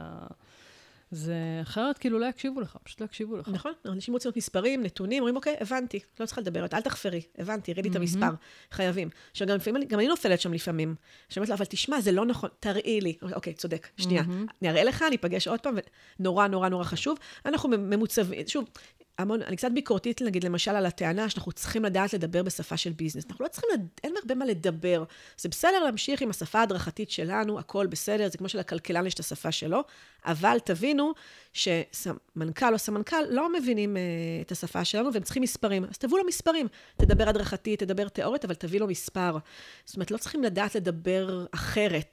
זה אחרת כאילו לא יקשיבו לך, פשוט לא יקשיבו לך. נכון, אנשים רוצים להיות מספרים, נתונים, אומרים, אוקיי, הבנתי, לא צריכה לדבר, אל תחפרי, הבנתי, ראיתי את המספר, חייבים. עכשיו גם לפעמים, גם אני נופלת שם לפעמים, שאומרת לה, אבל תשמע, זה לא נכון, תראי לי. אוקיי, צודק, שנייה, אני אראה לך, אני אפגש עוד פעם, ונורא, נורא, נורא חשוב. אנחנו ממוצבים, שוב, המון, אני קצת ביקורתית, נגיד, למשל, על הטענה שאנחנו צריכים לדעת לדבר בשפה של ביזנס. אנחנו לא צריכים, לד... אין הרבה מה לדבר. זה בסדר להמשיך עם השפה הדרכתית שלנו, הכל בסדר, זה כמו שלכלכלן יש את השפה שלו, אבל תבינו שמנכ"ל או סמנכ"ל לא מבינים uh, את השפה שלנו, והם צריכים מספרים. אז תבואו לו מספרים. תדבר הדרכתית, תדבר תיאורית, אבל תביא לו מספר. זאת אומרת, לא צריכים לדעת לדבר אחרת.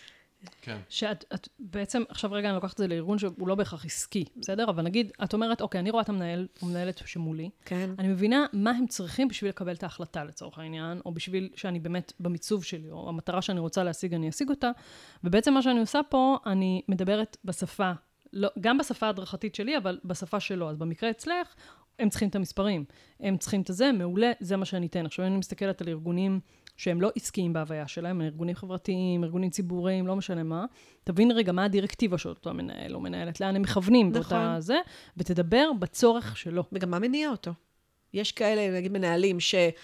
כן. שאת את, בעצם, עכשיו רגע אני לוקחת את זה לארגון שהוא לא בהכרח עסקי, בסדר? אבל נגיד, את אומרת, אוקיי, אני רואה את המנהל, המנהלת שמולי, כן. אני מבינה מה הם צריכים בשביל לקבל את ההחלטה לצורך העניין, או בשביל שאני באמת במיצוב שלי, או המטרה שאני רוצה להשיג, אני אשיג אותה, ובעצם מה שאני עושה פה, אני מדברת בשפה, לא, גם בשפה הדרכתית שלי, אבל בשפה שלו. אז במקרה אצלך, הם צריכים את המספרים, הם צריכים את זה, מעולה, זה מה שאני אתן. עכשיו אני מסתכלת על ארגונים שהם לא עסקיים בהוויה שלהם, ארגונים חברתיים, ארגונים ציבוריים, לא משנה מה. תבין רגע מה הדירקטיבה של אותו המנהל, או מנהלת, לאן הם מכוונים נכון. באותה זה, ותדבר בצורך שלו. וגם מה מניע אותו. יש כאלה, נגיד, מנהלים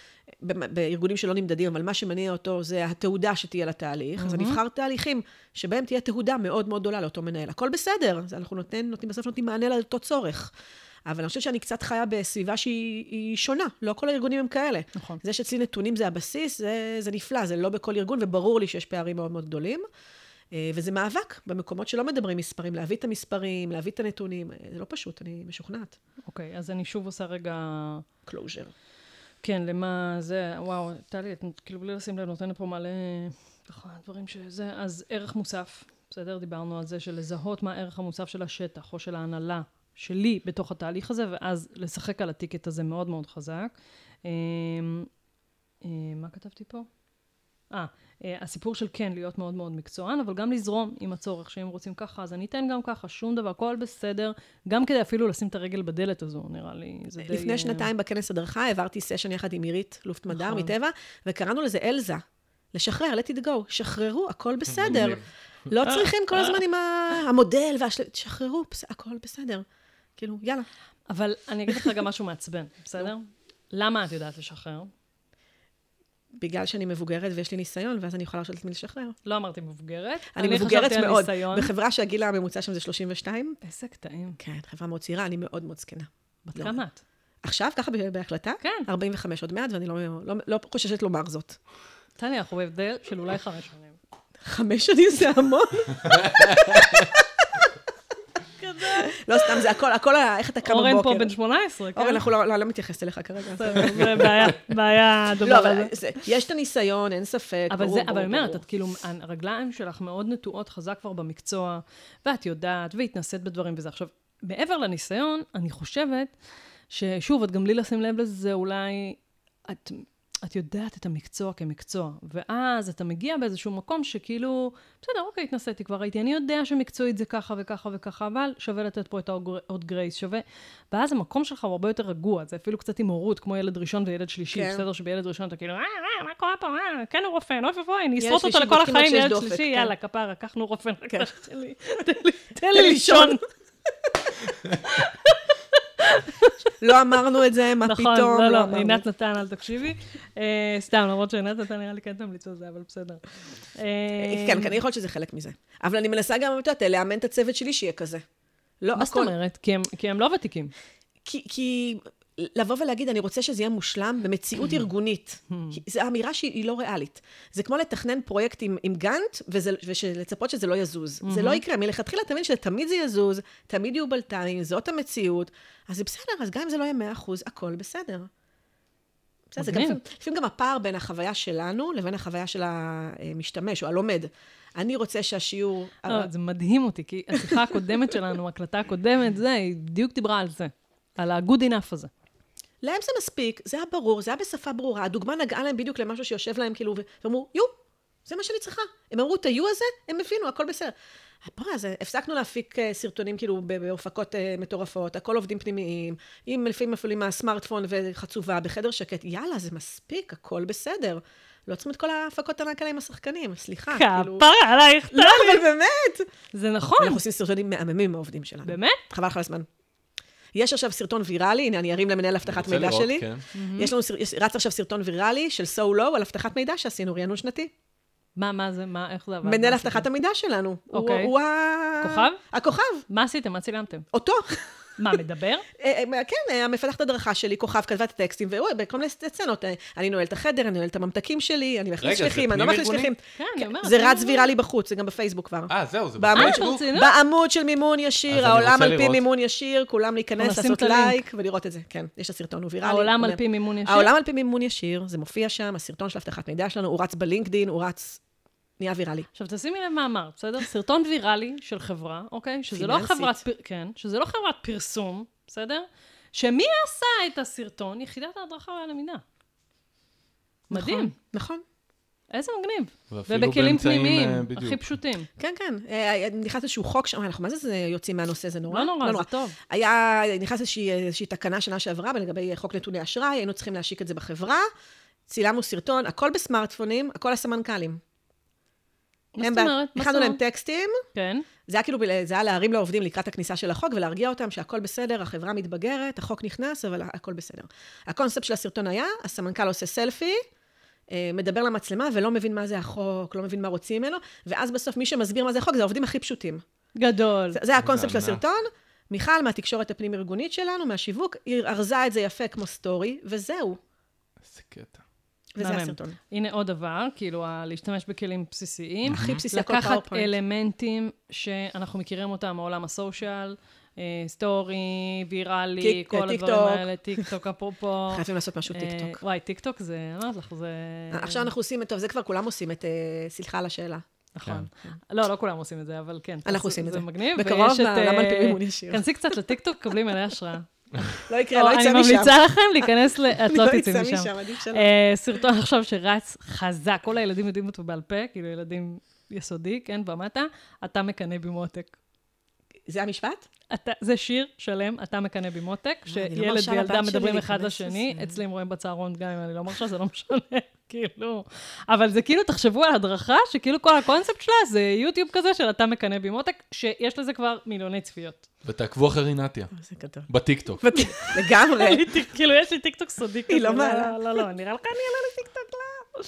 שבארגונים שלא נמדדים, אבל מה שמניע אותו זה התעודה שתהיה לתהליך, אז אני אבחר תהליכים שבהם תהיה תעודה מאוד מאוד גדולה לאותו מנהל. הכל בסדר, אנחנו נותנים, נותנים, בסוף נותנים מענה לאותו צורך. אבל אני חושבת שאני קצת חיה בסביבה שהיא שונה, לא כל הארגונים הם כאלה. נכון. זה שאצלי נתונים זה הבסיס, זה, זה נפלא, זה לא בכל ארגון, וברור לי שיש פערים מאוד מאוד גדולים, וזה מאבק במקומות שלא מדברים מספרים, להביא את המספרים, להביא את הנתונים, זה לא פשוט, אני משוכנעת. אוקיי, אז אני שוב עושה רגע... קלוז'ר. כן, למה זה, וואו, טלי, כאילו בלי לשים לב, נותנת פה מלא, ככה, דברים שזה, אז ערך מוסף, בסדר? דיברנו על זה של לזהות מה הערך המוסף של השטח, או של ההנהלה, שלי בתוך התהליך הזה, ואז לשחק על הטיקט הזה מאוד מאוד חזק. מה כתבתי פה? אה, הסיפור של כן, להיות מאוד מאוד מקצוען, אבל גם לזרום עם הצורך, שאם רוצים ככה, אז אני אתן גם ככה, שום דבר, הכל בסדר, גם כדי אפילו לשים את הרגל בדלת הזו, נראה לי, זה די... לפני שנתיים בכנס הדרכה, העברתי סשן יחד עם עירית לופט מדר מטבע, וקראנו לזה אלזה. לשחרר, let it go, שחררו, הכל בסדר. לא צריכים כל הזמן עם המודל, שחררו, הכל בסדר. כאילו, יאללה. אבל אני אגיד לך גם משהו מעצבן, בסדר? למה את יודעת לשחרר? בגלל שאני מבוגרת ויש לי ניסיון, ואז אני יכולה להרשות לעצמי לשחרר. לא אמרתי מבוגרת. אני מבוגרת מאוד. בחברה שהגיל הממוצע שם זה שלושים ושתיים. איזה קטעים. כן, חברה מאוד צעירה, אני מאוד מאוד זקנה. בת כמה את? עכשיו, ככה בהחלטה? כן. ארבעים וחמש עוד מעט, ואני לא חוששת לומר זאת. תני, אנחנו בהבדל של אולי חמש שנים. חמש שנים זה המון. לא סתם, זה הכל, הכל, איך אתה קם בבוקר. אורן פה בן שמונה עשרה, כן? אורן, אנחנו לא מתייחסת אליך כרגע. זה בעיה, בעיה דבר הזה. יש את הניסיון, אין ספק. אבל זה, אבל אומרת, את כאילו, הרגליים שלך מאוד נטועות חזק כבר במקצוע, ואת יודעת, והתנסית בדברים וזה. עכשיו, מעבר לניסיון, אני חושבת ששוב, את גם בלי לשים לב לזה, אולי את... את יודעת את המקצוע כמקצוע, ואז אתה מגיע באיזשהו מקום שכאילו, בסדר, אוקיי, התנסיתי כבר, ראיתי, אני יודע שמקצועית זה ככה וככה וככה, אבל שווה לתת פה את העוד גרייס, שווה, ואז המקום שלך הוא הרבה יותר רגוע, זה אפילו קצת עם הורות, כמו ילד ראשון וילד שלישי, כן. בסדר שבילד ראשון אתה כאילו, אה, אה, מה קורה פה, אה, כן הוא רופא, אוי ובואי, אני אשרוט אותו לכל החיים, ילד שלישי, כן. יאללה, כפרה, קחנו רופא, כן. תן לי לישון. לא אמרנו את זה, מה פתאום? נכון, לא, לא, עינת נתן, אל תקשיבי. סתם, למרות שעינת נתן נראה לי כן תמליצו זה, אבל בסדר. כן, אני יכול שזה חלק מזה. אבל אני מנסה גם, את יודעת, לאמן את הצוות שלי שיהיה כזה. מה זאת אומרת? כי הם לא ותיקים. כי לבוא ולהגיד, אני רוצה שזה יהיה מושלם במציאות ארגונית. זו אמירה שהיא לא ריאלית. זה כמו לתכנן פרויקט עם גאנט, ולצפות שזה לא יזוז. זה לא יקרה. מלכתחילה תמיד שתמיד זה יזוז, תמיד יהיו בלתיים, זאת המציאות. אז זה בסדר, אז גם אם זה לא יהיה מאה אחוז, הכל בסדר. לפעמים גם הפער בין החוויה שלנו, לבין החוויה של המשתמש, או הלומד. אני רוצה שהשיעור... זה מדהים אותי, כי השיחה הקודמת שלנו, הקלטה הקודמת, זה, היא בדיוק דיברה על זה. על ה-good enough הזה. להם זה מספיק, זה היה ברור, זה היה בשפה ברורה. הדוגמה נגעה להם בדיוק למשהו שיושב להם כאילו, ואמרו, יו, זה מה שאני צריכה. הם אמרו את היו הזה, הם הבינו, הכל בסדר. בואו, אז הפסקנו להפיק סרטונים כאילו בהופקות מטורפות, הכל עובדים פנימיים, עם לפעמים אפילו עם הסמארטפון וחצובה בחדר שקט, יאללה, זה מספיק, הכל בסדר. לא צריכים את כל ההפקות ענק עליהם השחקנים, סליחה. כפרה עלייך, לא, אבל באמת. זה נכון. אנחנו עושים סרטונים מהממים מהעובדים שלנו. באמת? חבל לך הזמן. יש עכשיו סרטון ויראלי, הנה אני ארים למנהל הבטחת מידע שלי. יש לנו, רץ עכשיו סרטון ויראלי של So Low על הבטחת מידע שעשינו, רענון שנתי. מה, מה זה, מה, איך זה עבד? מנהל הבטחת המידע שלנו. אוקיי. הוא כוכב? הכוכב. מה עשיתם? מה צילמתם? אותו. מה, מדבר? כן, המפתחת הדרכה שלי, כוכב, כתבה את הטקסטים, וכל מיני סצנות. אני נועל את החדר, אני נועל את הממתקים שלי, אני מכניס שליחים, אני לא מכניס שליחים. זה רץ ויראלי בחוץ, זה גם בפייסבוק כבר. אה, זהו, זה בפייסבוק? בעמוד של מימון ישיר, העולם על פי מימון ישיר, כולם להיכנס, לעשות לייק ולראות את זה. כן, יש הסרטון, הוא ויראלי. העולם על פי מימון ישיר? העולם על פי מימון ישיר, זה מופיע שם, הסרטון של הבטחת מידע שלנו, הוא רץ בלינקדין, הוא רץ נהיה ויראלי. עכשיו, תשימי לב מה אמרת, בסדר? סרטון ויראלי של חברה, אוקיי? שזה לא חברת, כן, שזה לא חברת פרסום, בסדר? שמי עשה את הסרטון? יחידת ההדרכה והלמידה. מדהים. נכון. איזה מגניב. ובכלים פנימיים, הכי פשוטים. כן, כן. נכנס איזשהו חוק, אנחנו מה זה יוצאים מהנושא, זה נורא? לא נורא, זה טוב. היה, נכנס איזושהי תקנה שנה שעברה, לגבי חוק נתוני אשראי, היינו צריכים להשיק את זה בחברה, צילמנו סרטון, הכל בסמארטפונים, הכל הסמנכ"לים. מה זאת אומרת? הכנו להם טקסטים. כן. זה היה כאילו, זה היה להרים לעובדים לקראת הכניסה של החוק, ולהרגיע אותם שהכל בסדר, החברה מתבגרת, החוק נכנס, אבל הכל בסדר. הקונספט של הסרטון היה, הסמנכ"ל עושה סלפי, מדבר למצלמה, ולא מבין מה זה החוק, לא מבין מה רוצים ממנו, ואז בסוף מי שמסביר מה זה החוק, זה העובדים הכי פשוטים. גדול. זה, זה הקונספט של הסרטון. מיכל, מהתקשורת הפנים-ארגונית שלנו, מהשיווק, היא ארזה את זה יפה כמו סטורי, וזהו. איזה קטע. וזה הסרטון. הנה עוד דבר, כאילו, להשתמש בכלים בסיסיים. הכי בסיסי, הכל פאורפוינט. לקחת אלמנטים שאנחנו מכירים אותם מעולם הסושיאל, סטורי, ויראלי, כל הדברים האלה, טיק טוק, אפרופו. חייבים לעשות משהו טיק טוק. וואי, טיק טוק זה, אמרת לך, זה... עכשיו אנחנו עושים, טוב, זה כבר כולם עושים את, סליחה על השאלה. נכון. לא, לא כולם עושים את זה, אבל כן. אנחנו עושים את זה. זה מגניב. בקרוב, למה על פי מימון ישיר. כנסי קצת לטיק טוק, קבלי מלא השראה. לא יקרה, לא יצא משם. אני ממליצה לכם להיכנס ל... את לא תצאי לא משם. יצא משם, עדיף שלא. סרטון עכשיו שרץ חזק, כל הילדים יודעים אותו בעל פה, כאילו ילדים יסודי, כן, במטה, אתה מקנא במותק. זה המשפט? אתה, זה שיר שלם, אתה מקנא במותק, שילד וילדה מדברים אחד לשני, אצלי הם רואים בצהרון, גם אם אני לא מרשה, זה לא משנה, כאילו. אבל זה כאילו, תחשבו על הדרכה, שכאילו כל הקונספט שלה זה יוטיוב כזה של אתה מקנא במותק, שיש לזה כבר מיליוני צפיות. ותעקבו אחרי רינתיה. זה גדול. בטיקטוק. לגמרי. כאילו, יש לי טיקטוק סודי כזה. היא לא מעלה. לא, לא, נראה לך אני אעלה לטיקטוק, לא.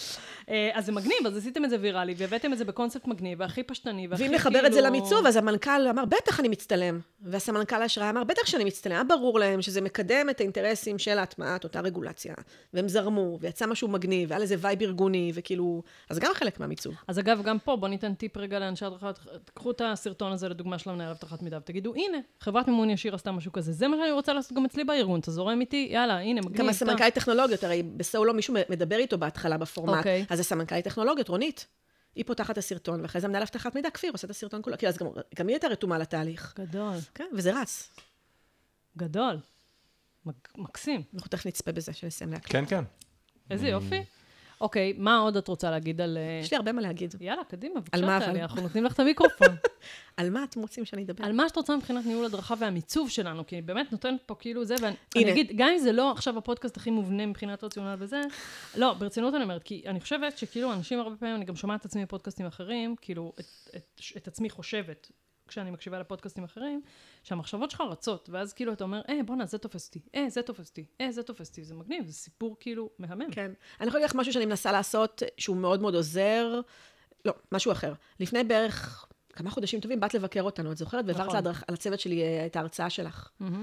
אז זה מגניב, אז עשיתם את זה ויראלי, והבאתם את זה בקונספט מגניב, והכי פשטני, והכי כאילו... ואם נחבר את זה למיצוב, אז המנכ"ל אמר, בטח אני מצטלם. והסמנכ"ל האשראי אמר, בטח שאני מצטלם. היה ברור להם שזה מקדם את האינטרסים של ההטמעת, אותה רגולציה. והם זרמו, ויצא משהו מגניב, והיה לזה וייב ארגוני, וכאילו... אז גם חלק מהמיצוב. אז אגב, גם פה, בוא ניתן טיפ רגע לאנשי הדרכה, תקחו את הסרטון הזה לדוגמה של המנהל אבטחת מידע, ותגידו, הנה, חברת מימון ישיר עשתה משהו כזה. זה מה שאני רוצה לעשות גם אצלי בארגון. אתה זורם איתי, יאללה, הנה, מגניב. גם הסמנכ"לית טכנולוגיות, הרי בסאולו מישהו מדבר איתו בהתחלה בפורמט. אוקיי. אז הסמנכ"לית טכנולוגיות, רונית, היא פותחת הסרטון, ואחרי זה מנהל אבטחת מידע, כפיר, עושה את הסרטון כולו. כאילו, אז גם, גם היא הייתה רתומה לתהליך. גדול. כן, וזה רץ. גדול. מקסים. אנחנו תכף נצפה בזה, שנסיים להקליט. כן, כן. איזה יופי. אוקיי, מה עוד את רוצה להגיד על... יש לי הרבה מה להגיד. יאללה, קדימה, על מה בבקשה, אבל? אנחנו נותנים לך את המיקרופון. על מה אתם רוצים שאני אדבר? על מה שאת רוצה מבחינת ניהול הדרכה והמיצוב שלנו, כי באמת נותנת פה כאילו זה, ואני הנה. אגיד, גם אם זה לא עכשיו הפודקאסט הכי מובנה מבחינת רציונל וזה, לא, ברצינות אני אומרת, כי אני חושבת שכאילו אנשים הרבה פעמים, אני גם שומעת את עצמי בפודקאסטים אחרים, כאילו את, את, את עצמי חושבת, כשאני מקשיבה לפודקאסטים אחרים, שהמחשבות שלך רצות, ואז כאילו אתה אומר, אה, בוא'נה, זה תופס אותי, אה, זה תופס אותי, אה, זה תופס אותי, זה מגניב, זה סיפור כאילו מהמם. כן. אני יכולה להגיד לך משהו שאני מנסה לעשות, שהוא מאוד מאוד עוזר, לא, משהו אחר. לפני בערך כמה חודשים טובים, באת לבקר אותנו, את זוכרת? והעברת נכון. על הצוות שלי את ההרצאה שלך. מהמם.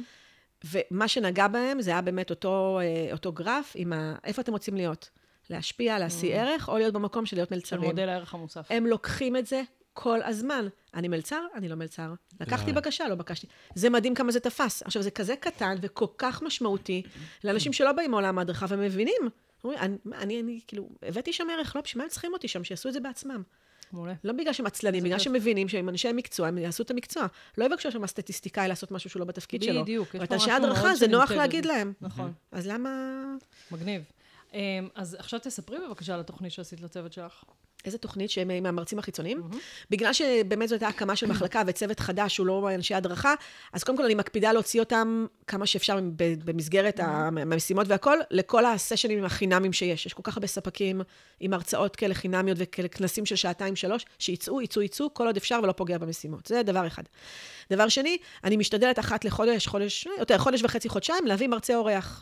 ומה שנגע בהם, זה היה באמת אותו, אותו גרף, עם ה... איפה אתם רוצים להיות? להשפיע, להשיא ערך, או להיות במקום של להיות של מלצרים. מודל הערך המוסף. הם לוקחים את זה כל הזמן. אני מלצר, אני לא מלצר. לקחתי בקשה, לא בקשתי. זה מדהים כמה זה תפס. עכשיו, זה כזה קטן וכל כך משמעותי לאנשים שלא באים מעולם ההדרכה ומבינים. אומרים, אני, אני, אני, כאילו, הבאתי שם ערך, לא, בשביל מה הם צריכים אותי שם, שיעשו את זה בעצמם. מעולה. לא בגלל שהם עצלנים, בגלל שהם מבינים שהם אנשי מקצוע, הם יעשו את המקצוע. לא יבקשו שם הסטטיסטיקאי לעשות משהו שהוא לא בתפקיד שלו. בדיוק, יש אבל את פה אנשי משהו ההדרכה, מאוד זה נוח שנמצא להגיד בזה. להם. נכון. אז למה... מגניב. אמ, אז עכשיו תספרי בבקשה על התוכנית שעשית לצוות שלך. איזה תוכנית שהם מהמרצים החיצוניים? בגלל שבאמת זאת הייתה הקמה של מחלקה וצוות חדש, שהוא לא אנשי הדרכה, אז קודם כל אני מקפידה להוציא אותם כמה שאפשר במסגרת המשימות והכל, לכל הסשנים החינמים שיש. יש כל כך הרבה ספקים עם הרצאות כאלה חינמיות וכאלה כנסים של שעתיים שלוש, שיצאו, יצאו, יצאו, כל עוד אפשר ולא פוגע במשימות. זה דבר אחד. דבר שני, אני משתדלת אחת לחודש, חודש, יותר, חודש וחצי, חודשיים, להביא מרצה אורח.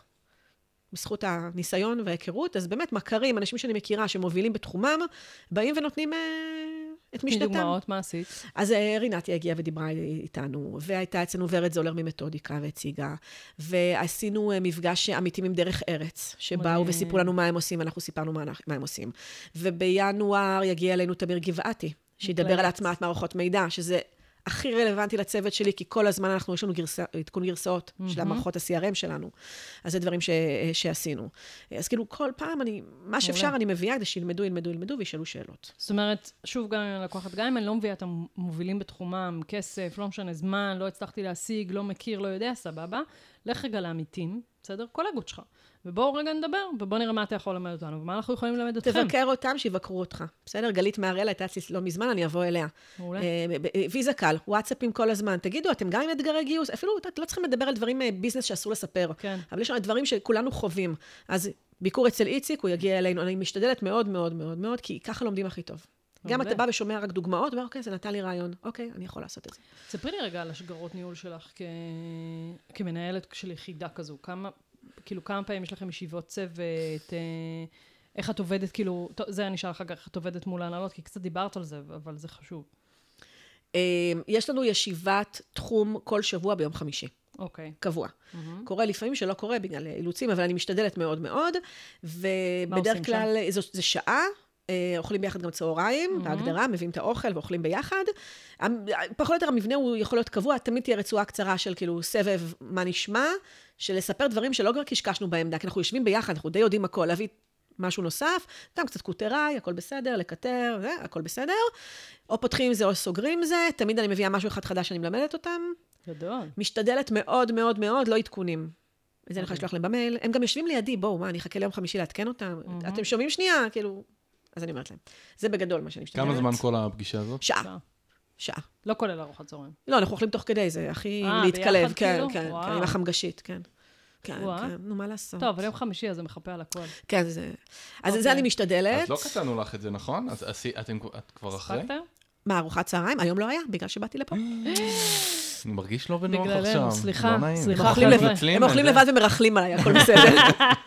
בזכות הניסיון וההיכרות, אז באמת מכרים, אנשים שאני מכירה, שמובילים בתחומם, באים ונותנים אה, את משנתם. דוגמאות, מה עשית? אז אה, רינתיה הגיעה ודיברה איתנו, והייתה אצלנו ורד זולר ממתודיקה והציגה, ועשינו אה, מפגש אמיתי עם דרך ארץ, שבאו וסיפרו לנו מה הם עושים, ואנחנו סיפרנו מה, מה הם עושים. ובינואר יגיע אלינו תמיר גבעתי, שידבר על הטמעת מערכות מידע, שזה הכי רלוונטי לצוות שלי, כי כל הזמן אנחנו, יש לנו גרסא, עדכון גרסאות mm-hmm. של המערכות ה-סי אר אם שלנו. אז זה דברים ש, שעשינו. אז כאילו, כל פעם, אני, מה שאפשר, אני מביאה כדי שילמדו, ילמדו, ילמדו, וישאלו שאלות. זאת אומרת, שוב, גם אם לקוחת, גם אם אני לא מביאה את המובילים בתחומם, כסף, לא משנה זמן, לא הצלחתי להשיג, לא מכיר, לא יודע, סבבה, לך רגע לעמיתים, בסדר? קולגות שלך. ובואו רגע נדבר, ובואו נראה מה אתה יכול ללמד אותנו, ומה אנחנו יכולים ללמד אתכם. תבקר אותם, שיבקרו אותך. בסדר? גלית מהראל הייתה אצלי לא מזמן, אני אבוא אליה. מעולה. ויזה קל, וואטסאפים כל הזמן. תגידו, אתם גם עם אתגרי גיוס? אפילו, אתם לא צריכים לדבר על דברים ביזנס שאסור לספר. כן. אבל יש לנו דברים שכולנו חווים. אז ביקור אצל איציק, הוא יגיע אלינו. אני משתדלת מאוד מאוד מאוד מאוד, כי ככה לומדים הכי טוב. גם אתה בא ושומע רק דוגמאות, ואומר, אוקיי, זה נתן לי רעיון. אוקיי, אני יכול לעשות את זה. תספרי לי רגע על השגרות ניהול שלך כ... כמנהלת של יחידה כזו. כמה, כאילו, כמה פעמים יש לכם ישיבות צוות, אה, איך את עובדת, כאילו, זה אני אשאל אחר כך, איך את עובדת מול ההנהלות, כי קצת דיברת על זה, אבל זה חשוב. יש לנו ישיבת תחום כל שבוע ביום חמישי. אוקיי. קבוע. קורה לפעמים שלא קורה בגלל אילוצים, אבל אני משתדלת מאוד מאוד, ובדרך כלל זה שעה, אוכלים ביחד גם צהריים, בהגדרה, מביאים את האוכל ואוכלים ביחד. פחות או יותר המבנה הוא יכול להיות קבוע, תמיד תהיה רצועה קצרה של כאילו סבב מה נשמע, של לספר דברים שלא כבר קשקשנו בעמדה, כי אנחנו יושבים ביחד, אנחנו די יודעים הכל, להביא משהו נוסף, גם קצת קוטריי, הכל בסדר, לקטר, זה, הכל בסדר. או פותחים זה או סוגרים זה, תמיד אני מביאה משהו אחד חדש שאני מלמדת אותם, גדול. משתדלת מאוד מאוד מאוד, לא עדכונים. את זה אני יכולה לשלוח להם במייל. הם גם יושבים לידי, בואו, מה, אני אחכה ליום חמישי לעדכן אותם? אתם שומעים שנייה? כאילו, אז אני אומרת להם. זה בגדול מה שאני משתדלת. כמה זמן כל הפגישה הזאת? שעה. שעה. לא כולל ארוחת צהריים. לא, אנחנו אוכלים תוך כדי, זה הכי להתקלב. כן, כן, כן, עם החמגשית, כן. כן, כן, נו, מה לעשות? טוב, אבל יום חמישי, אז זה מחפה על הכל. כן, זה... אז זה אני משתדלת. אז לא קטענו לך את זה, נכון? אז את כבר אחרי? מה, ארוחת צהריים? היום לא היה, בגלל שבאתי לפה. אני מרגיש לא בנוח עכשיו. סליחה, סליחה. הם אוכלים לבד ומרחלים עליי, הכל בסדר.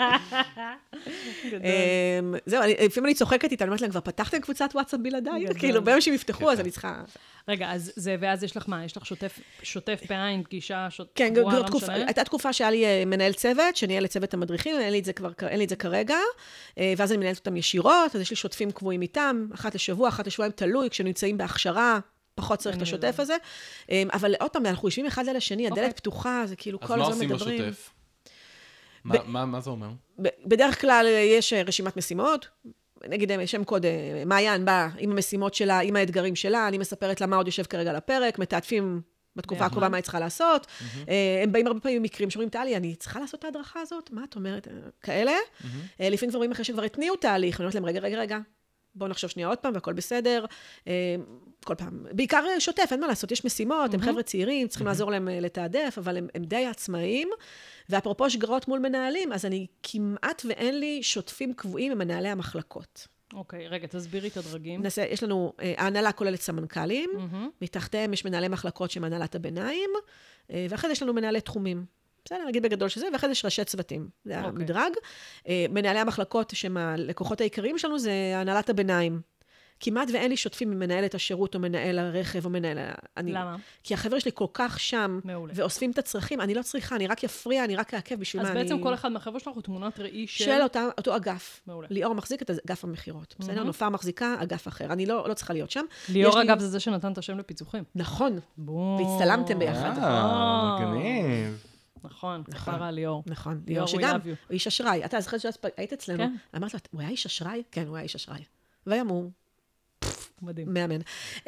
זהו, לפעמים אני צוחקת איתה, אני אומרת להם, כבר פתחתם קבוצת וואטסאפ בלעדיי? כאילו, ביום שהם יפתחו, אז אני צריכה... רגע, אז זה, ואז יש לך מה? יש לך שוטף בעין, פגישה, כן, הייתה תקופה שהיה לי מנהל צוות, שניהל לצוות המדריכים, אין לי את זה כרגע, ואז אני מנהלת אותם ישירות, אז יש לי שוטפים קבועים איתם, אחת לשבוע, אחת לשבועיים תלוי, כשנמצאים בהכשרה, פחות צריך את השוטף הזה. אבל עוד פעם, אנחנו יושבים אחד על השני, הדלת פתוחה, זה כאילו כל הזמן מדברים. אז מה עושים בשוטף? מה זה אומר? בדרך כלל יש רשימת משימות, נגיד שם קוד, מעיין באה עם המשימות שלה, עם האתגרים שלה, אני מספרת לה מה עוד יושב כרגע על הפרק, מתעדפים בתקופה הקרובה מה היא צריכה לעשות. הם באים הרבה פעמים מקרים שאומרים, טלי, אני צריכה לעשות את ההדרכה הזאת? מה את אומרת? כאלה. לפעמים דברים אחרי שכבר התניעו תהליך, אני אומרת להם, רגע, רגע, רגע, בואו נחשוב שנייה עוד פעם, והכל בסדר. כל פעם, בעיקר שוטף, אין מה לעשות, יש משימות, הם חבר'ה צעירים, צריכים לעזור להם לתעדף, אבל הם די עצמאיים. ואפרופו שגרות מול מנהלים, אז אני כמעט ואין לי שוטפים קבועים עם מנהלי המחלקות. אוקיי, רגע, תסבירי את הדרגים. נעשה, יש לנו, ההנהלה כוללת סמנכ"לים, מתחתיהם יש מנהלי מחלקות שהם הנהלת הביניים, ואחרי זה יש לנו מנהלי תחומים. בסדר, נגיד בגדול שזה, ואחרי זה יש ראשי צוותים. זה המדרג. מנהלי המחלקות שהם הלקוחות העיקריים שלנו, זה הנהלת הביניים. כמעט ואין לי שוטפים ממנהלת השירות או מנהל הרכב או מנהל... אני... למה? כי החבר'ה שלי כל כך שם, מעולה. ואוספים את הצרכים, אני לא צריכה, אני רק יפריע, אני רק אעכב בשביל מה אני... אז בעצם כל אחד מהחבר'ה שלך הוא תמונת ראי של... של אותה, אותו אגף. מעולה. ליאור מחזיק את אגף המחירות. Mm-hmm. בסדר? נופר מחזיקה אגף אחר. אני לא, לא צריכה להיות שם. ליאור אגב לי... זה זה שנתן את השם לפיצוחים. נכון. והצטלמתם ביחד. אה, מגניב. נכון, כפרה ליאור. נכון. ליאור שגם, הוא איש אשראי. אתה זוכרת שהיית אצלנו. אמרת לו, הוא היה איש אשראי? כן, הוא היה איש אשראי. ויאמרו, מדהים. מאמן.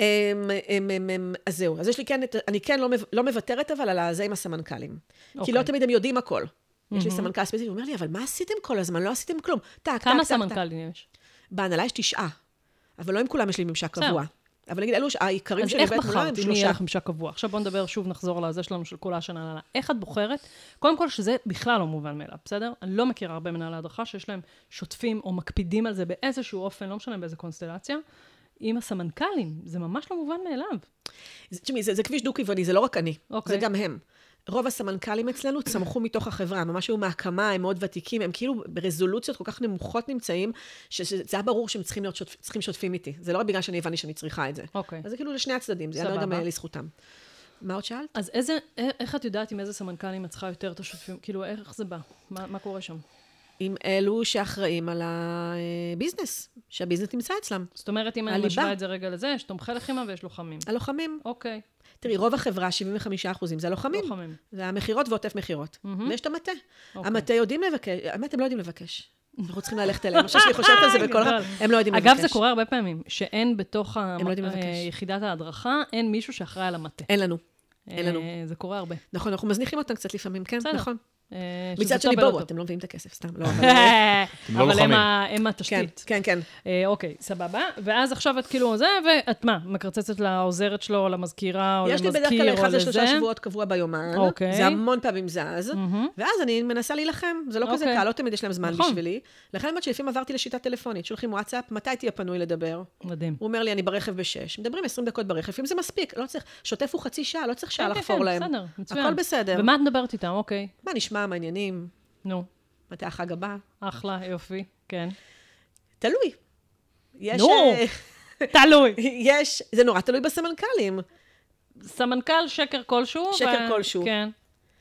אז זהו, אז יש לי כן, אני כן לא מוותרת אבל על זה עם הסמנכ"לים. כי לא תמיד הם יודעים הכל. יש לי סמנכ"ל ספציפי, הוא אומר לי, אבל מה עשיתם כל הזמן? לא עשיתם כלום. כמה סמנכ"לים יש? בהנהלה יש תשעה, אבל לא עם כולם יש לי ממשק קבוע. אבל נגיד, אלו העיקרים שלי בית מולה הם שלושה. אז איך בחרת אם יהיה לך ממשק קבוע? עכשיו בוא נדבר שוב, נחזור לזה שלנו של כל השנה. איך את בוחרת? קודם כל שזה בכלל לא מובן מאליו, בסדר? אני לא מכירה הרבה מנהלי הדרכה שיש להם שוטפים או מקפידים על זה באיזשהו אופן, לא משנה באיזה קונסטלציה. עם הסמנכ"לים, זה ממש לא מובן מאליו. תשמעי, זה, זה כביש דו-כיווני, זה לא רק אני, okay. זה גם הם. רוב הסמנכ"לים אצלנו צמחו מתוך החברה, ממש היו מהקמה, הם מאוד ותיקים, הם כאילו ברזולוציות כל כך נמוכות נמצאים, שזה היה ברור שהם צריכים להיות שוטפ, צריכים שוטפים איתי. זה לא רק בגלל שאני הבנתי שאני צריכה את זה. אוקיי. אז זה כאילו לשני הצדדים, זה יאמר גם לזכותם. מה עוד שאלת? אז איזה, איך את יודעת עם איזה סמנכ"לים את צריכה יותר את השוטפים? כאילו, איך זה בא? מה, מה קורה שם? עם אלו שאחראים על הביזנס, שהביזנס נמצא אצלם. זאת אומרת, אם אני משווה את זה רגע לזה, יש תומכי לחימה ויש לוחמים. הלוחמים. אוקיי. תראי, רוב החברה, שבעים וחמישה אחוזים, זה הלוחמים. לוחמים. זה המחירות ועוטף מחירות. ויש את המטה. המטה יודעים לבקש, האמת, הם לא יודעים לבקש. אנחנו צריכים ללכת אליהם. מה שאני חושבת על זה בכל רגע, הם לא יודעים לבקש. אגב, זה קורה הרבה פעמים, שאין בתוך יחידת ההדרכה, אין מישהו שאחראי על המטה. אין לנו. אין לנו. זה קורה הרבה. נכון, אנחנו מזניחים אותם קצת לפעמים, כן, נכון. מצד שני, בואו, אתם לא מביאים את הכסף, סתם, לא. אבל הם התשתית. כן, כן. אוקיי, סבבה. ואז עכשיו את כאילו זה, ואת מה, מקרצצת לעוזרת שלו, או למזכירה, או למזכיר, או לזה? יש לי בדרך כלל אחד לשלושה שבועות קבוע ביומן, זה המון פעמים זז, ואז אני מנסה להילחם, זה לא כזה קל, לא תמיד יש להם זמן בשבילי. לכן אני אומרת שלפעמים עברתי לשיטה טלפונית, שולחים וואטסאפ, מתי תהיה פנוי לדבר? מדהים. הוא אומר לי, אני ברכב בשש. מדברים עשרים דקות ברכב, אם זה מספיק, לא צריך, שוטף הוא חצי שעה, לא צריך שעה לחפור להם. הכל בסדר. ומה את מדברת איתם? אוקיי. מה נשמע, מה העניינים? נו. מתי החג הבא? אחלה, יופי, כן. תלוי. יש... נו, תלוי. יש, זה נורא תלוי בסמנכ"לים. סמנכ"ל שקר כלשהו. שקר כלשהו. כן.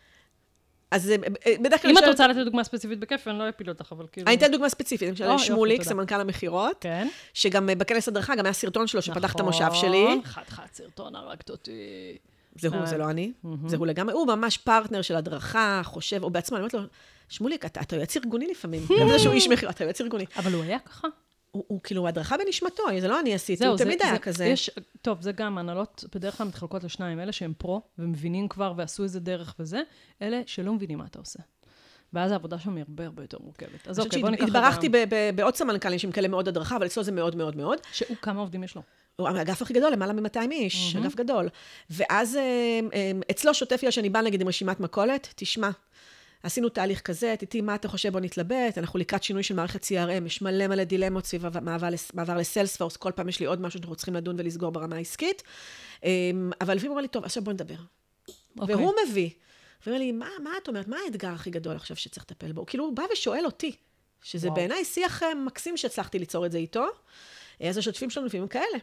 אז בדרך כלל... אם את רוצה לתת דוגמה ספציפית בכיף, אני לא אפיל אותך, אבל כאילו... אני אתן דוגמה ספציפית. למשל, שמוליק, סמנכ"ל המחירות, שגם בכנס הדרכה, גם היה סרטון שלו שפתח את המושב שלי. נכון, חד-חד סרטון, הרגת אותי. זה הוא, זה לא אני. זה הוא לגמרי. הוא ממש פרטנר של הדרכה, חושב, או בעצמו, אני אומרת לו, שמוליק, אתה יועץ ארגוני לפעמים. גם זה שהוא איש מחירות, אתה יועץ ארגוני. אבל הוא היה ככה. הוא, הוא כאילו הדרכה בנשמתו, זה לא אני עשיתי, הוא תמיד היה כזה. יש, טוב, זה גם, הנהלות בדרך כלל מתחלקות לשניים, אלה שהם פרו, ומבינים כבר ועשו איזה דרך וזה, אלה שלא מבינים מה אתה עושה. ואז העבודה שם היא הרבה הרבה יותר מורכבת. אז אוקיי, בוא ניקח... התברכתי בעוד סמנכ"לים שהם כאלה מאוד הדרכה, אבל אצלו זה מאוד מאוד מאוד. שהוא, כמה עובדים יש לו? הוא האגף הכי גדול, למעלה מ-מאתיים איש, אגף גדול. ואז אצלו שוטף לי שאני באה נגיד עם רשימת מכולת, תשמע, עשינו תהליך כזה, תיתי מה אתה חושב בוא נתלבט, אנחנו לקראת שינוי של מערכת סי אר אם, יש מלא מלא דילמות סביב מעבר לסיילספורס, כל פעם יש לי עוד משהו שאנחנו צריכים לדון ולסגור ברמה העסקית, אבל לפעמים אומר לי, טוב, עכשיו בוא נדבר. והוא מביא, ואומר לי, מה את אומרת, מה האתגר הכי גדול עכשיו שצריך לטפל בו? כאילו הוא בא ושואל אותי, שזה בעיניי שיח מקסים שהצלחתי ליצור את זה איתו, אז השוטפים שלנו לפעמים כאלה.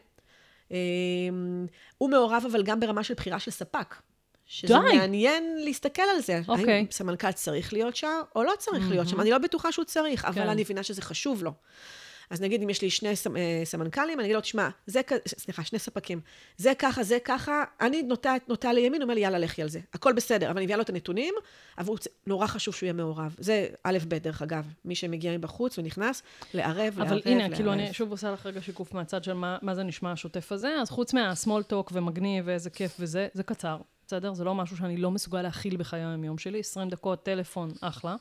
הוא מעורב אבל גם ברמה של בחירה של ספק. שזה די. מעניין להסתכל על זה. Okay. האם סמנכ"ל צריך להיות שם, או לא צריך mm-hmm. להיות שם. אני לא בטוחה שהוא צריך, כן. אבל אני מבינה שזה חשוב לו. אז נגיד, אם יש לי שני סמנכ"לים, אני אגיד לו, תשמע, זה, סליחה, שני ספקים, זה ככה, זה ככה, אני נוטה, נוטה לימין, אומר לי, יאללה, לכי על זה. הכל בסדר, אבל אני מביאה לו את הנתונים, אבל נורא חשוב שהוא יהיה מעורב. זה א' ב' דרך אגב, מי שמגיע מבחוץ ונכנס, לערב, לערב, אבל הנה, כאילו, אני שוב עושה לך רגע שיקוף מהצד של מה, מה זה נשמע השוטף הזה, אז חוץ מהסמול טוק ומגניב ואיזה כיף וזה, זה קצר. בסדר? זה לא משהו שאני לא מסוגל להכיל בחיי היום שלי, עשרים דקות, טלפון, אחלה.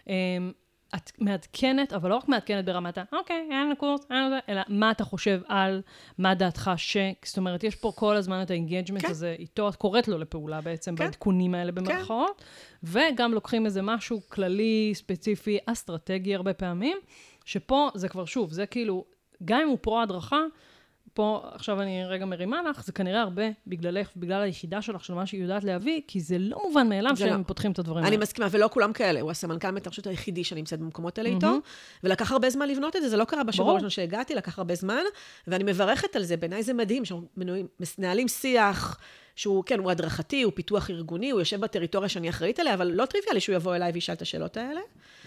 את מעדכנת, אבל לא רק מעדכנת ברמת ה, אוקיי, אין לנו קורס, אין לנו זה, אלא מה אתה חושב על, מה דעתך ש... זאת אומרת, יש פה כל הזמן את האינגייג'מנט כן. הזה איתו, את קוראת לו לפעולה בעצם, כן. בעדכונים האלה במרכאות, כן. וגם לוקחים איזה משהו כללי, ספציפי, אסטרטגי הרבה פעמים, שפה זה כבר שוב, זה כאילו, גם אם הוא פרו הדרכה, פה, עכשיו אני רגע מרימה לך, זה כנראה הרבה בגללך, בגלל היחידה שלך, של מה שהיא יודעת להביא, כי זה לא מובן מאליו שהם פותחים את הדברים האלה. אני מסכימה, ולא כולם כאלה. הוא הסמנכ"ל מתרשות היחידי שאני נמצאת במקומות האלה איתו, ולקח הרבה זמן לבנות את זה, זה לא קרה בשבוע הראשון שהגעתי, לקח הרבה זמן, ואני מברכת על זה, בעיניי זה מדהים, שמנהלים שיח, שהוא, כן, הוא הדרכתי, הוא פיתוח ארגוני, הוא יושב בטריטוריה שאני אחראית עליה, אבל לא טריוויאלי שהוא יבוא אליי וישאל את השאלות האלה.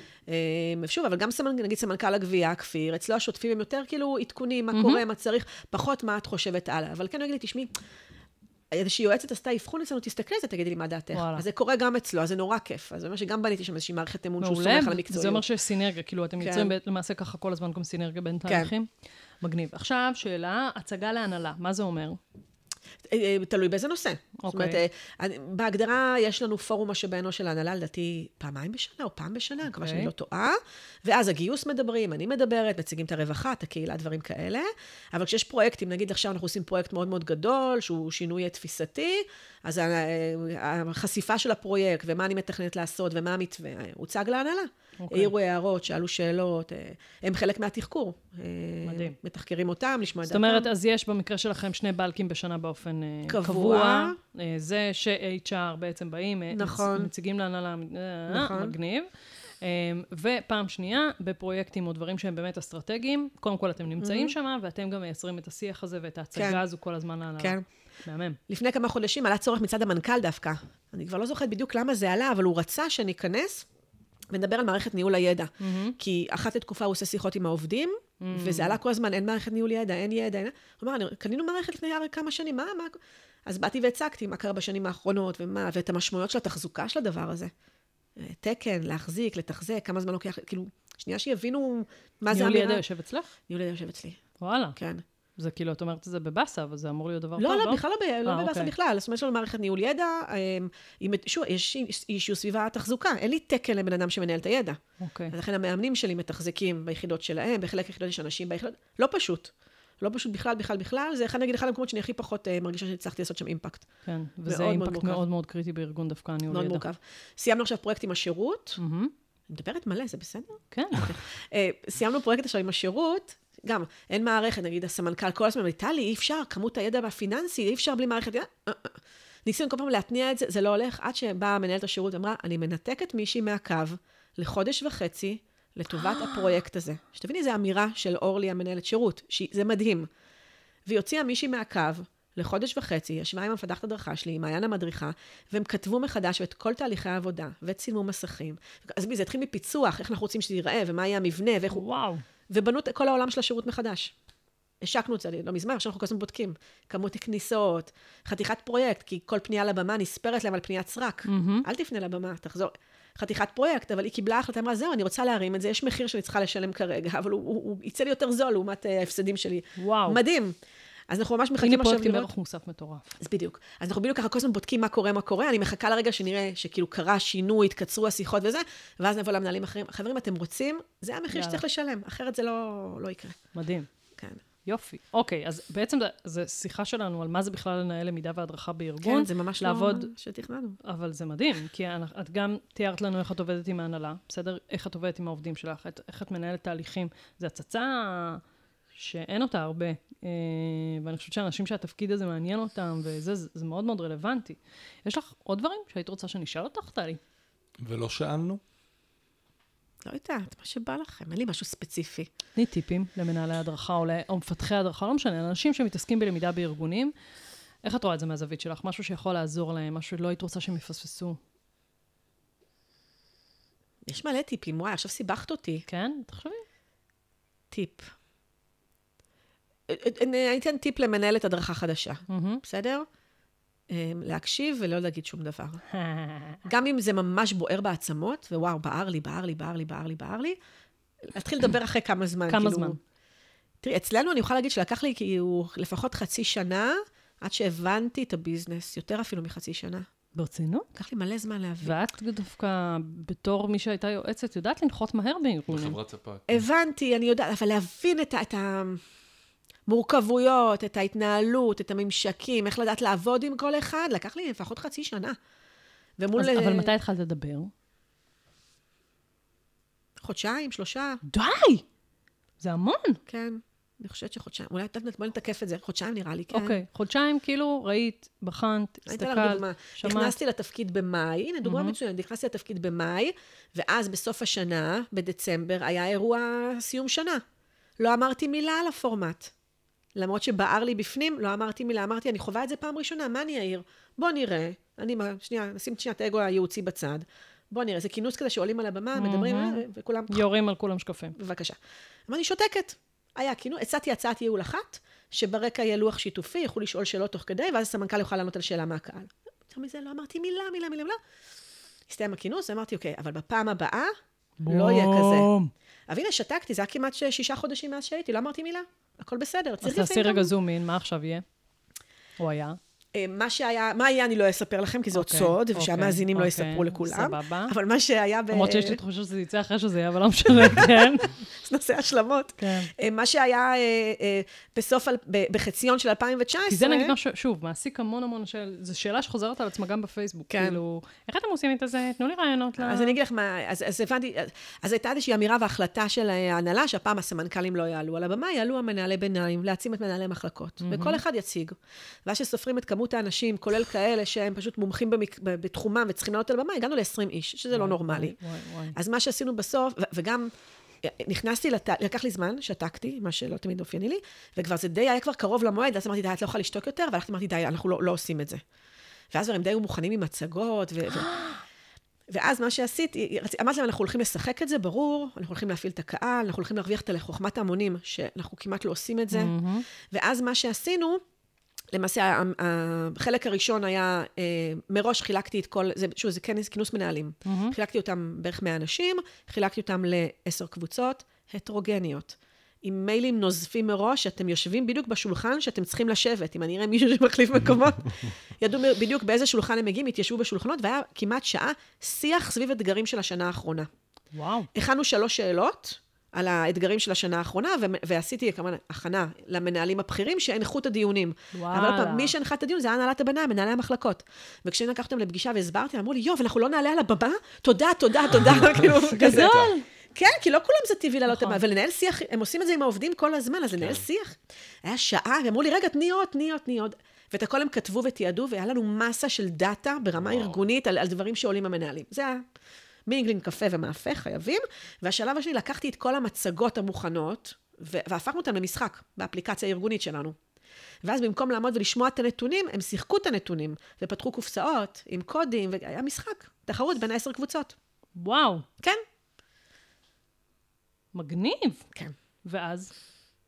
שוב, אבל גם נגיד סמנכ"ל הגבייה, כפיר, אצלו השוטפים הם יותר כאילו עדכונים, מה קורה, מה צריך, פחות מה את חושבת הלאה. אבל כן, הוא יגיד לי, תשמעי, איזושהי יועצת עשתה אבחון אצלנו, תסתכלי על זה, תגידי לי מה דעתך. אז זה קורה גם אצלו, אז זה נורא כיף. אז זה אומר שגם בניתי שם איזושהי מערכת אמון שהוא סומך על המקצועיות. זה אומר שיש סינרגיה, כאילו אתם יוצרים למעשה ככה כל הזמן גם סינרגיה בין תהליכים. מגניב. עכשיו, שאלה, הצגה להנהלה, מה זה אומר? תלוי באיזה נושא. זאת אומרת, בהגדרה יש לנו פורום משאבי אנוש של ההנהלה, לדעתי פעמיים בשנה או פעם בשנה, אני מקווה שאני לא טועה, ואז הגיוס מדברים, אני מדברת, מציגים את הרווחה, את הקהילה, דברים כאלה, אבל כשיש פרויקטים, נגיד עכשיו אנחנו עושים פרויקט מאוד מאוד גדול, שהוא שינוי תפיסתי, אז החשיפה של הפרויקט, ומה אני מתכננת לעשות, ומה המתווה, הוצג להנהלה. העירו הערות, שאלו שאלות, הם חלק מהתחקור. מדהים. מתחקרים אותם, לשמוע את דעתם. זאת אומרת, אז יש במקרה שלכם שני בלקים בשנה באופן קבוע. זה ש-אייץ' אר בעצם באים, מציגים להנהלה, מגניב. ופעם שנייה, בפרויקטים או דברים שהם באמת אסטרטגיים, קודם כל אתם נמצאים שם, ואתם גם מייצרים את השיח הזה ואת ההצגה הזו כל הזמן להנהלה. כן. מהמם. לפני כמה חודשים עלה צורך מצד המנכ"ל דווקא. אני כבר לא זוכרת בדיוק למה זה עלה, אבל הוא רצה שניכנס ונדבר על מערכת ניהול הידע. Mm-hmm. כי אחת לתקופה הוא עושה שיחות עם העובדים, mm-hmm. וזה עלה כל הזמן, אין מערכת ניהול ידע, אין ידע, אין... הוא אומר, קנינו מערכת לפני כמה שנים, מה, מה? אז באתי והצגתי מה קרה בשנים האחרונות, ומה, ואת המשמעויות של התחזוקה של הדבר הזה. תקן, להחזיק, לתחזק, כמה זמן לוקח, כאילו, שנייה שיבינו מה זה אמירה. ניהול ידע יושב אצלך? ניהול ידע יושב אצלי. וואלה. כן. זה כאילו, את אומרת את זה בבאסה, אבל זה אמור להיות דבר לא, טוב, לא? לא, בכלל לא, לא בבאסה בכלל. זאת אומרת, יש לנו מערכת ניהול ידע, שוב, יש אישו סביבה תחזוקה, אין לי תקן לבן אדם שמנהל את הידע. אוקיי. אז לכן המאמנים שלי מתחזקים ביחידות שלהם, בחלק היחידות יש אנשים ביחידות, לא פשוט. לא פשוט בכלל, בכלל, בכלל, זה אחד נגיד אחד המקומות שאני הכי פחות מרגישה שהצלחתי לעשות שם אימפקט. כן, וזה אימפקט מאוד מאוד קריטי בארגון דווקא ניהול ידע. מאוד מורכב. סיימנו עכשיו פרויקט עם השירות. אני מדברת מלא, זה בסדר? כן. סיימנו פרויקט עכשיו עם השירות, גם, אין מערכת, נגיד, הסמנכ"ל כל הזמן, אמרתי, לי, אי אפשר, כמות הידע בפיננסי, אי אפשר בלי מערכת ידע. ניסינו כל פעם להתניע את זה, זה לא הולך, עד שבאה מנהלת השירות, אמרה, אני מנתקת מישהי מהקו לחודש וחצי, לטובת הפרויקט הזה. שתביני, זו אמירה של אורלי, המנהלת שירות, זה מדהים. והיא הוציאה מישהי מהקו לחודש וחצי, ישבה עם המפתחת הדרכה שלי, עם מעיין המדריכה, והם כתבו מחדש את כל תהליכי העבודה, וצילמו מסכים. אז זה התחיל מפיצוח, איך אנחנו רוצים שזה ייראה, ומה יהיה המבנה, ואיך הוא... וואו. ובנו את כל העולם של השירות מחדש. השקנו את זה, לא מזמן, עכשיו אנחנו כל הזמן בודקים. כמות כניסות, חתיכת פרויקט, כי כל פנייה לבמה נספרת להם על פניית סרק. Mm-hmm. אל תפנה לבמה, תחזור. חתיכת פרויקט, אבל היא קיבלה החלטה, אמרה, זהו, אני רוצה להרים את זה, יש מחיר שאני צריכה לשלם כרגע, אבל הוא, הוא, הוא יצא לי יותר זול לעומת ההפסדים שלי. וואו. מדהים. אז אנחנו ממש מחכים עכשיו לראות. הנה פרויקט עם ערך מוסף מטורף. אז בדיוק. אז אנחנו בדיוק ככה כל הזמן בודקים מה קורה, מה קורה, אני מחכה לרגע שנראה שכאילו קרה שינוי, התקצרו השיחות וזה, ואז נבוא למנהלים אחרים. חברים, אתם רוצים, זה המחיר שצריך לשלם, אחרת זה לא, לא יקרה. מדהים. כן. יופי. אוקיי, אז בעצם זו שיחה שלנו על מה זה בכלל לנהל למידה והדרכה בארגון. כן, זה ממש לעבוד, לא שתכננו. אבל זה מדהים, כי את גם תיארת לנו איך את עובדת עם ההנהלה, בסדר? איך את עובדת עם העובדים שלך, איך את מנהלת תהליכים. זה הצצה שאין אותה הרבה, ואני חושבת שאנשים שהתפקיד הזה מעניין אותם, וזה זה מאוד מאוד רלוונטי. יש לך עוד דברים שהיית רוצה שנשאל אותך, טלי? ולא שאלנו? לא יודעת, מה שבא לכם, אין לי משהו ספציפי. תני טיפים למנהלי הדרכה או, או מפתחי הדרכה, לא משנה, אנשים שמתעסקים בלמידה בארגונים, איך את רואה את זה מהזווית שלך? משהו שיכול לעזור להם, משהו שלא היית רוצה שהם יפספסו? יש מלא טיפים, וואי, עכשיו סיבכת אותי. כן? תחשבי. טיפ. אני אתן טיפ למנהלת הדרכה חדשה, בסדר? להקשיב ולא להגיד שום דבר. גם אם זה ממש בוער בעצמות, ווואו, בער לי, בער לי, בער לי, בער לי, בער לי, להתחיל לדבר אחרי כמה זמן. כמה זמן? תראי, אצלנו אני יכולה להגיד שלקח לי כאילו לפחות חצי שנה, עד שהבנתי את הביזנס, יותר אפילו מחצי שנה. ברצינות? לקח לי מלא זמן להבין. ואת דווקא, בתור מי שהייתה יועצת, יודעת לנחות מהר בארגונים. בחברת ספק. הבנתי, אני יודעת, אבל להבין את ה... את ה... מורכבויות, את ההתנהלות, את הממשקים, איך לדעת לעבוד עם כל אחד, לקח לי לפחות חצי שנה. ומול... אז, אבל מתי התחלת לדבר? חודשיים, שלושה. די! זה המון. כן, אני חושבת שחודשיים. אולי בוא נתקף את זה. חודשיים נראה לי, כן. אוקיי, חודשיים כאילו ראית, בחנת, הסתכלת, שמעת. נכנסתי לתפקיד במאי, הנה דוגמה מצוינת, נכנסתי לתפקיד במאי, ואז בסוף השנה, בדצמבר, היה אירוע סיום שנה. לא אמרתי מילה על הפורמט. למרות שבער לי בפנים, לא אמרתי מילה, אמרתי, אני חווה את זה פעם ראשונה, מה אני אעיר? בוא נראה, אני, שנייה, נשים שנייה את האגו הייעוצי בצד, בוא נראה, זה כינוס כזה שעולים על הבמה, מדברים, וכולם... יורים על כולם שקפים. בבקשה. אבל אני שותקת. היה כינוס, הצעתי הצעת ייעול אחת, שברקע יהיה לוח שיתופי, יכולו לשאול שאלות תוך כדי, ואז הסמנכ"ל יוכל לענות על שאלה מהקהל. יותר מזה, לא אמרתי מילה, מילה, מילה, מילה. הסתיים הכינוס, אמרתי, אוקיי, אבל בפעם הבאה, לא יהיה כזה. אבל הנה, שתקתי, זה היה כמעט שישה חודשים מאז שהייתי, לא אמרתי מילה. הכל בסדר. אז תעשי רגע זומין, מה עכשיו יהיה? או היה? מה שהיה, מה היה אני לא אספר לכם, כי זה עוד סוד, ושהמאזינים לא יספרו לכולם. סבבה. אבל מה שהיה... למרות שיש לי תחושה שזה יצא אחרי שזה יהיה, אבל לא משנה, כן? זה נושא השלמות. כן. מה שהיה בסוף, בחציון של אלפיים תשע עשרה... כי זה נגיד משהו, שוב, מעסיק המון המון של... זו שאלה שחוזרת על עצמה גם בפייסבוק. כן. כאילו, איך אתם עושים את זה? תנו לי רעיונות ל... אז אני אגיד לך מה, אז הבנתי, אז הייתה איזושהי אמירה והחלטה של ההנהלה, שהפעם הסמנכ"לים לא יעלו על הבמה, יעלו המנהלי ביניים, להעצים את מנהלי מחלקות. וכל אחד יציג. ואז שסופרים את כמות האנשים, כולל כאלה שהם פשוט מומחים בתחומם וצריכים לעלות על הבמה, הגענו ל-עשרים איש, שזה לא נורמלי. אז מה שעשינו בסוף, וגם נכנסתי, לקח לי זמן, שתקתי, מה שלא תמיד אופייני לי, וכבר זה די היה כבר קרוב למועד, אז אמרתי, די, את לא יכולה לשתוק יותר, והלכתי, אמרתי, די, אנחנו לא עושים את זה. ואז הם די היו מוכנים עם מצגות, ואז מה שעשיתי, אמרתי להם, אנחנו הולכים לשחק את זה, ברור, אנחנו הולכים להפעיל את הקהל, אנחנו הולכים להרוויח את חוכמת ההמונים, שאנחנו כמעט לא עושים את זה. ואז מה שעשינו, למעשה, החלק הראשון היה, מראש חילקתי את כל, שוב, זה כינוס מנהלים. חילקתי אותם בערך מאה אנשים, חילקתי אותם לעשר קבוצות הטרוגניות. עם מיילים נוזפים מראש, שאתם יושבים בדיוק בשולחן, שאתם צריכים לשבת. אם אני אראה מישהו שמחליף מקומות, ידעו בדיוק באיזה שולחן הם מגיעים, התיישבו בשולחנות, והיה כמעט שעה שיח סביב אתגרים של השנה האחרונה. וואו. הכנו שלוש שאלות על האתגרים של השנה האחרונה, ועשיתי כמובן הכנה למנהלים הבכירים, שהנחו את הדיונים. אבל פעם, מי שהנחה את הדיון, זה היה הנהלת הבנה, מנהלי המחלקות. וכשאני לקחתם לפגישה והסברתי, אמרו לי, יוב, אנחנו לא נעלה על הבמה? תודה, תודה, תודה. גדול. כן, כי לא כולם זה טבעי לעלות הבמה, ולנהל שיח, הם עושים את זה עם העובדים כל הזמן, אז לנהל שיח. היה שעה, ואמרו לי, רגע, תני עוד, תני עוד, תני עוד. ואת הכל הם כתבו ותיעדו, והיה לנו מסה של דאטה ברמה ארגונית על דברים שעולים המנהלים. זה היה מינגלין קפה ומאפה, חייבים. והשלב השני, לקחתי את כל המצגות המוכנות, והפכנו אותם למשחק, באפליקציה הארגונית שלנו. ואז במקום לעמוד ולשמוע את הנתונים, הם שיחקו את הנתונים, ופתחו קופסאות עם קודים, והיה משחק, תחרות בין עשר קבוצות. וואו. כן. מגניב. כן. ואז?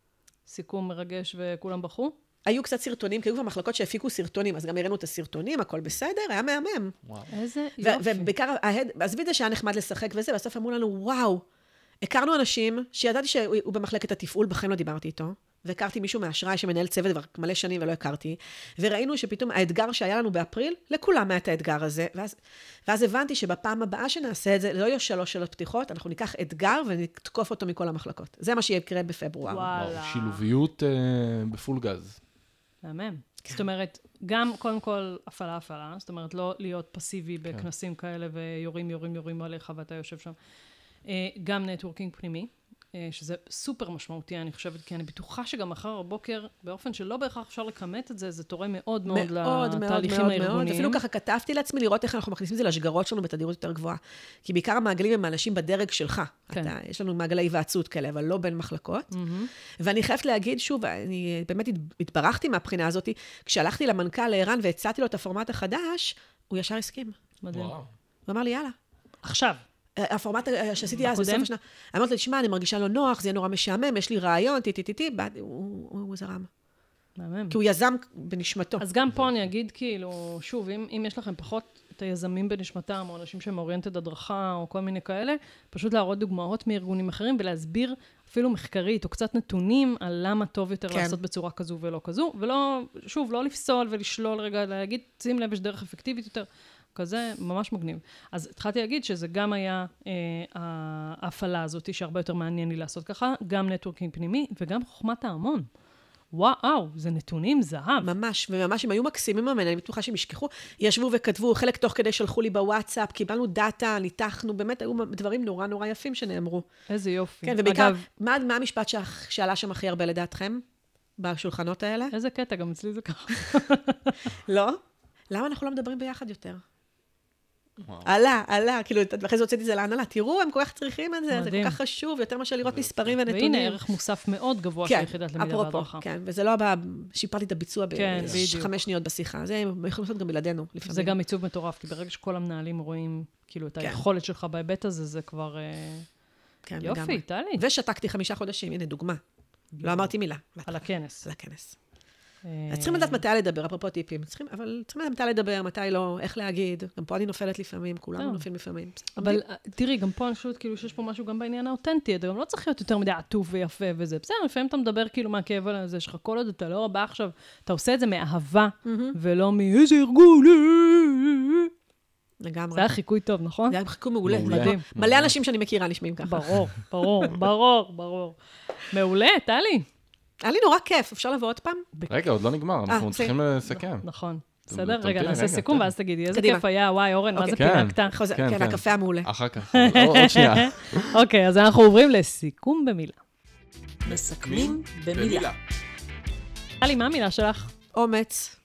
סיכום מרגש וכולם בחרו? היו קצת סרטונים, כי היו כבר מחלקות שהפיקו סרטונים, אז גם הראינו את הסרטונים, הכל בסדר, היה מהמם. וואו. איזה ו- יופי. ובעיקר, עזבי את זה שהיה נחמד לשחק וזה, בסוף אמרו לנו, וואו, הכרנו אנשים שידעתי שהוא במחלקת התפעול, בחיים לא דיברתי איתו, והכרתי מישהו מהאשראי שמנהל צוות כבר מלא שנים ולא הכרתי, וראינו שפתאום האתגר שהיה לנו באפריל, לכולם היה את האתגר הזה, ואז, ואז הבנתי שבפעם הבאה שנעשה את זה, לא יהיו שלוש שאלות פתיחות, אנחנו ניקח אתגר ונתקוף אותו מכל המחלקות. זה מה שיקרה בפברואר. וואלה. וואו, שילוביות אה, בפול גז. מהמם. זאת אומרת, גם קודם כל הפעלה הפעלה, זאת אומרת, לא להיות פסיבי בכנסים כאלה ויורים, יורים, יורים עליך ואתה יושב שם. גם נטוורקינג פנימי, שזה סופר משמעותי, אני חושבת, כי אני בטוחה שגם מחר בבוקר, באופן שלא בהכרח אפשר לכמת את זה, זה תורם מאוד מאוד לתהליכים הארגוניים. אפילו ככה כתבתי לעצמי לראות איך אנחנו מכניסים את זה לשגרות שלנו בתדירות יותר גבוהה. כי בעיקר המעגלים הם האנשים בדרג שלך. יש לנו מעגלי היוועצות כאלה, אבל לא בין מחלקות. ואני חייבת להגיד, שוב, אני באמת התברכתי מהבחינה הזאת, כשהלכתי למנכ"ל לערן והצעתי לו את הפורמט החדש, הוא ישר הסכים. מדהים. הוא אמר לי, יאללה. עכשיו. הפורמט שעשיתי אז בסוף השנה. אמרת לי, תשמע, אני מרגישה לא נוח, זה יהיה נורא משעמם, יש לי רעיון, טי-טי-טי-טי, הוא זרם. מהמם. כי הוא יזם בנשמתו. אז גם פה אני אגיד, כאילו, שוב, אם, אם יש לכם פחות את היזמים בנשמתם, או אנשים שהם אוריינטד הדרכה, או כל מיני כאלה, פשוט להראות דוגמאות מארגונים אחרים, ולהסביר אפילו מחקרית, או קצת נתונים, על למה טוב יותר כן. לעשות בצורה כזו ולא כזו, ולא, שוב, לא לפסול ולשלול רגע, להגיד, שים לב, יש דרך אפקטיבית יותר. כזה ממש מגניב. אז התחלתי להגיד שזה גם היה אה, ההפעלה הזאת, שהרבה יותר מעניין לי לעשות ככה, גם נטוורקינג פנימי, וגם חוכמת ההמון. וואו, זה נתונים זהב. ממש, וממש, הם היו מקסימים ממני, אני בטוחה שהם ישכחו, ישבו וכתבו, חלק תוך כדי שלחו לי בוואטסאפ, קיבלנו דאטה, ניתחנו, באמת היו דברים נורא נורא יפים שנאמרו. איזה יופי. כן, ובעיקר, אגב, מה, מה המשפט שעלה שם הכי הרבה לדעתכם, בשולחנות האלה? איזה קטע, גם אצלי זה ככה. לא? למה אנחנו לא מדברים ביחד יותר? עלה, עלה, כאילו, אחרי זה הוצאתי את זה להנהלה, תראו, הם כל כך צריכים את זה, זה כל כך חשוב, יותר מאשר לראות מספרים ונתונים. והנה, ערך מוסף מאוד גבוה של יחידת למידה והדרכה. כן, וזה לא הבא, שיפרתי את הביצוע בחמש שניות בשיחה, זה יכולים לעשות גם בלעדינו. זה גם עיצוב מטורף, כי ברגע שכל המנהלים רואים, כאילו, את היכולת שלך בהיבט הזה, זה כבר יופי, טלי. ושתקתי חמישה חודשים, הנה, דוגמה. לא אמרתי מילה. על הכנס. על הכנס. צריכים לדעת מתי לדבר, אפרופו טיפים, צריכים, אבל צריכים לדעת מתי לדבר, מתי לא, איך להגיד, גם פה אני נופלת לפעמים, כולנו נופלים לפעמים. אבל תראי, גם פה אני חושבת כאילו שיש פה משהו גם בעניין האותנטי, אתה גם לא צריך להיות יותר מדי עטוף ויפה וזה, בסדר, לפעמים אתה מדבר כאילו מהכאב על זה, שלך כל עוד אתה לא בא עכשיו, אתה עושה את זה מאהבה, ולא מאיזה ארגון, לגמרי. זה היה חיקוי טוב, נכון? זה היה חיקוי מעולה, מדהים. מלא אנשים שאני מכירה נשמעים ככה. ברור, ברור, ברור, ברור. מעולה, טלי. היה לי נורא כיף, אפשר לבוא עוד פעם? רגע, עוד לא נגמר, אנחנו צריכים לסכם. נכון. בסדר? רגע, נעשה סיכום, ואז תגידי, איזה כיף היה, וואי, אורן, מה זה פינקת? כן, הקפה המעולה. אחר כך, עוד שנייה. אוקיי, אז אנחנו עוברים לסיכום במילה. מסכמים במילה. טלי, מה המילה שלך? אומץ.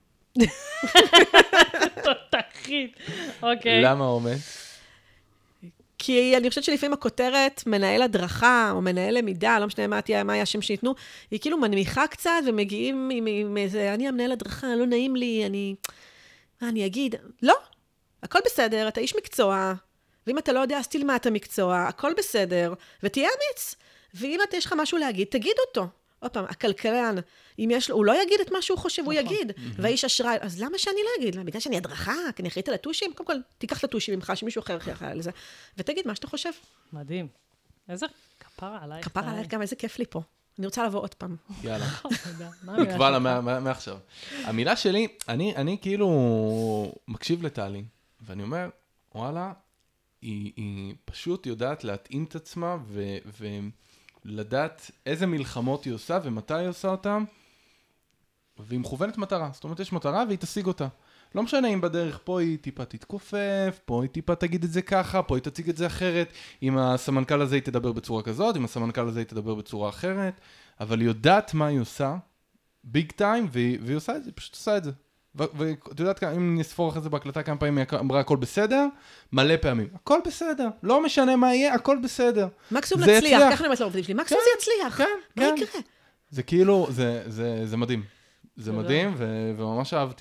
תותחית. אוקיי. למה אומץ? כי אני חושבת שלפעמים הכותרת, מנהל הדרכה או מנהל למידה, לא משנה מה היה השם שיתנו, היא כאילו מנמיכה קצת ומגיעים עם איזה, אני המנהל הדרכה, לא נעים לי, אני, מה אני אגיד? לא, הכל בסדר, אתה איש מקצוע, ואם אתה לא יודע, אז תלמד את המקצוע, הכל בסדר, ותהיה אמיץ. ואם אתה יש לך משהו להגיד, תגיד אותו. עוד פעם, הכלכלן, אם יש לו, הוא לא יגיד את מה שהוא חושב, הוא יגיד. והאיש אשראי, אז למה שאני לא אגיד? בגלל שאני הדרכה, כי אני אחראית על הטושים, קודם כל, תיקח את הטושים ממך, שמישהו אחר אחראי על זה, ותגיד מה שאתה חושב. מדהים. איזה כפרה עלייך. כפרה עלייך גם, איזה כיף לי פה. אני רוצה לבוא עוד פעם. יאללה. נקבע לה מעכשיו. המילה שלי, אני כאילו מקשיב לטלי, ואני אומר, וואלה, היא פשוט יודעת להתאים את עצמה, ו... לדעת איזה מלחמות היא עושה ומתי היא עושה אותן, והיא מכוונת מטרה. זאת אומרת, יש מטרה והיא תשיג אותה. לא משנה אם בדרך פה היא טיפה תתכופף, פה היא טיפה תגיד את זה ככה, פה היא תציג את זה אחרת, אם הסמנכ"ל הזה היא תדבר בצורה כזאת, אם הסמנכ"ל הזה היא תדבר בצורה אחרת, אבל היא יודעת מה היא עושה, ביג טיים, והיא, והיא עושה את זה, היא פשוט עושה את זה. ואת יודעת, אם נספור אחרי זה בהקלטה כמה פעמים היא אמרה הכל בסדר, מלא פעמים. הכל בסדר. לא משנה מה יהיה, הכל בסדר. מקסימום נצליח, ככה אני אומרת לעובדים שלי, מקסימום זה יצליח. מה יקרה? זה כאילו, זה מדהים. זה מדהים, וממש אהבתי.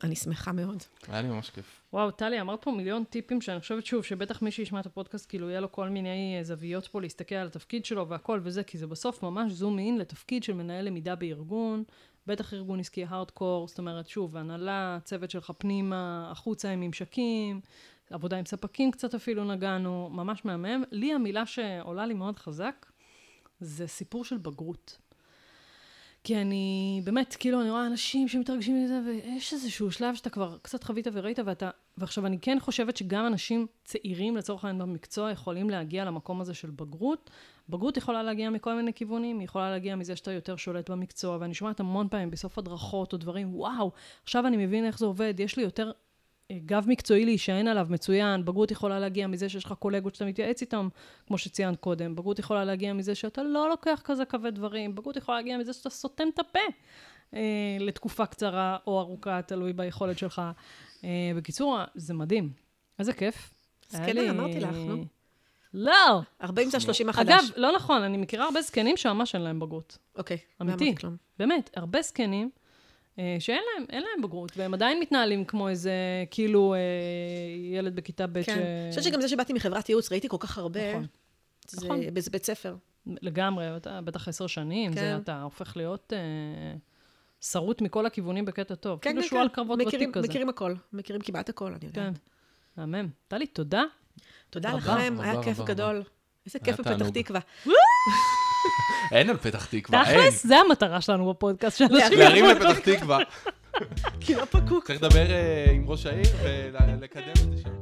אני שמחה מאוד. היה לי ממש כיף. וואו, טלי, אמרת פה מיליון טיפים שאני חושבת שוב, שבטח מי שישמע את הפודקאסט, כאילו יהיה לו כל מיני זוויות פה להסתכל על התפקיד שלו והכל וזה, כי זה בסוף ממש זום אין לתפקיד של מנהל למידה בארגון, בטח ארגון עסקי הארדקור, זאת אומרת, שוב, הנהלה, צוות שלך פנימה, החוצה עם ממשקים, עבודה עם ספקים קצת אפילו נגענו, ממש מהמם. לי המילה שעולה לי מאוד חזק, זה סיפור של בגרות. כי אני, באמת, כאילו, אני רואה אנשים שמתרגשים מזה, ויש איזשהו שלב שאתה כבר קצת חווית וראית, ואתה, ועכשיו אני כן חושבת שגם אנשים צעירים, לצורך העניין במקצוע, יכולים להגיע למקום הזה של בגרות. בגרות יכולה להגיע מכל מיני כיוונים, היא יכולה להגיע מזה שאתה יותר שולט במקצוע, ואני שומעת המון פעמים בסוף הדרכות או דברים, וואו, עכשיו אני מבין איך זה עובד, יש לי יותר גב מקצועי להישען עליו, מצוין, בגרות יכולה להגיע מזה שיש לך קולגות שאתה מתייעץ איתם, כמו שציינת קודם, בגרות יכולה להגיע מזה שאתה לא לוקח כזה כבד דברים, בגרות יכולה להגיע מזה שאתה סותם את הפה אה, לתקופה קצרה או ארוכה, תלוי ביכולת שלך. אה, בקיצור, זה מדהים. איזה כיף. זקנה, אמרתי לך, נו. לא! ארבעים זה שלושים החדש. אגב, לא נכון, אני מכירה הרבה זקנים שממש אין להם בגרות. אוקיי. אמיתי. באמת, הרבה זקנים. שאין להם, אין להם בגרות, והם עדיין מתנהלים כמו איזה, כאילו, ילד בכיתה ב' כן. אני חושבת שגם זה שבאתי מחברת ייעוץ, ראיתי כל כך הרבה. נכון. זה נכון. באיזה בית ספר. לגמרי, אתה בטח עשר שנים, כן. זה אתה הופך להיות אה, שרוט מכל הכיוונים בקטע טוב. כן, כאילו כן, שועל כן. קרבות מכירים, ותיק כזה. מכירים הכל, מכירים כמעט הכל, אני יודעת. כן, מהמם. טלי, תודה. תודה רבה. לכם, רבה, היה רבה, כיף רבה. גדול. איזה כיף היה בפתח תענוג. תקווה. אין על פתח תקווה, אין. תכלס, זה המטרה שלנו בפודקאסט של אנשים. להרים לפתח תקווה. כי לא פקוק. צריך לדבר אה, עם ראש העיר ולקדם את זה שם.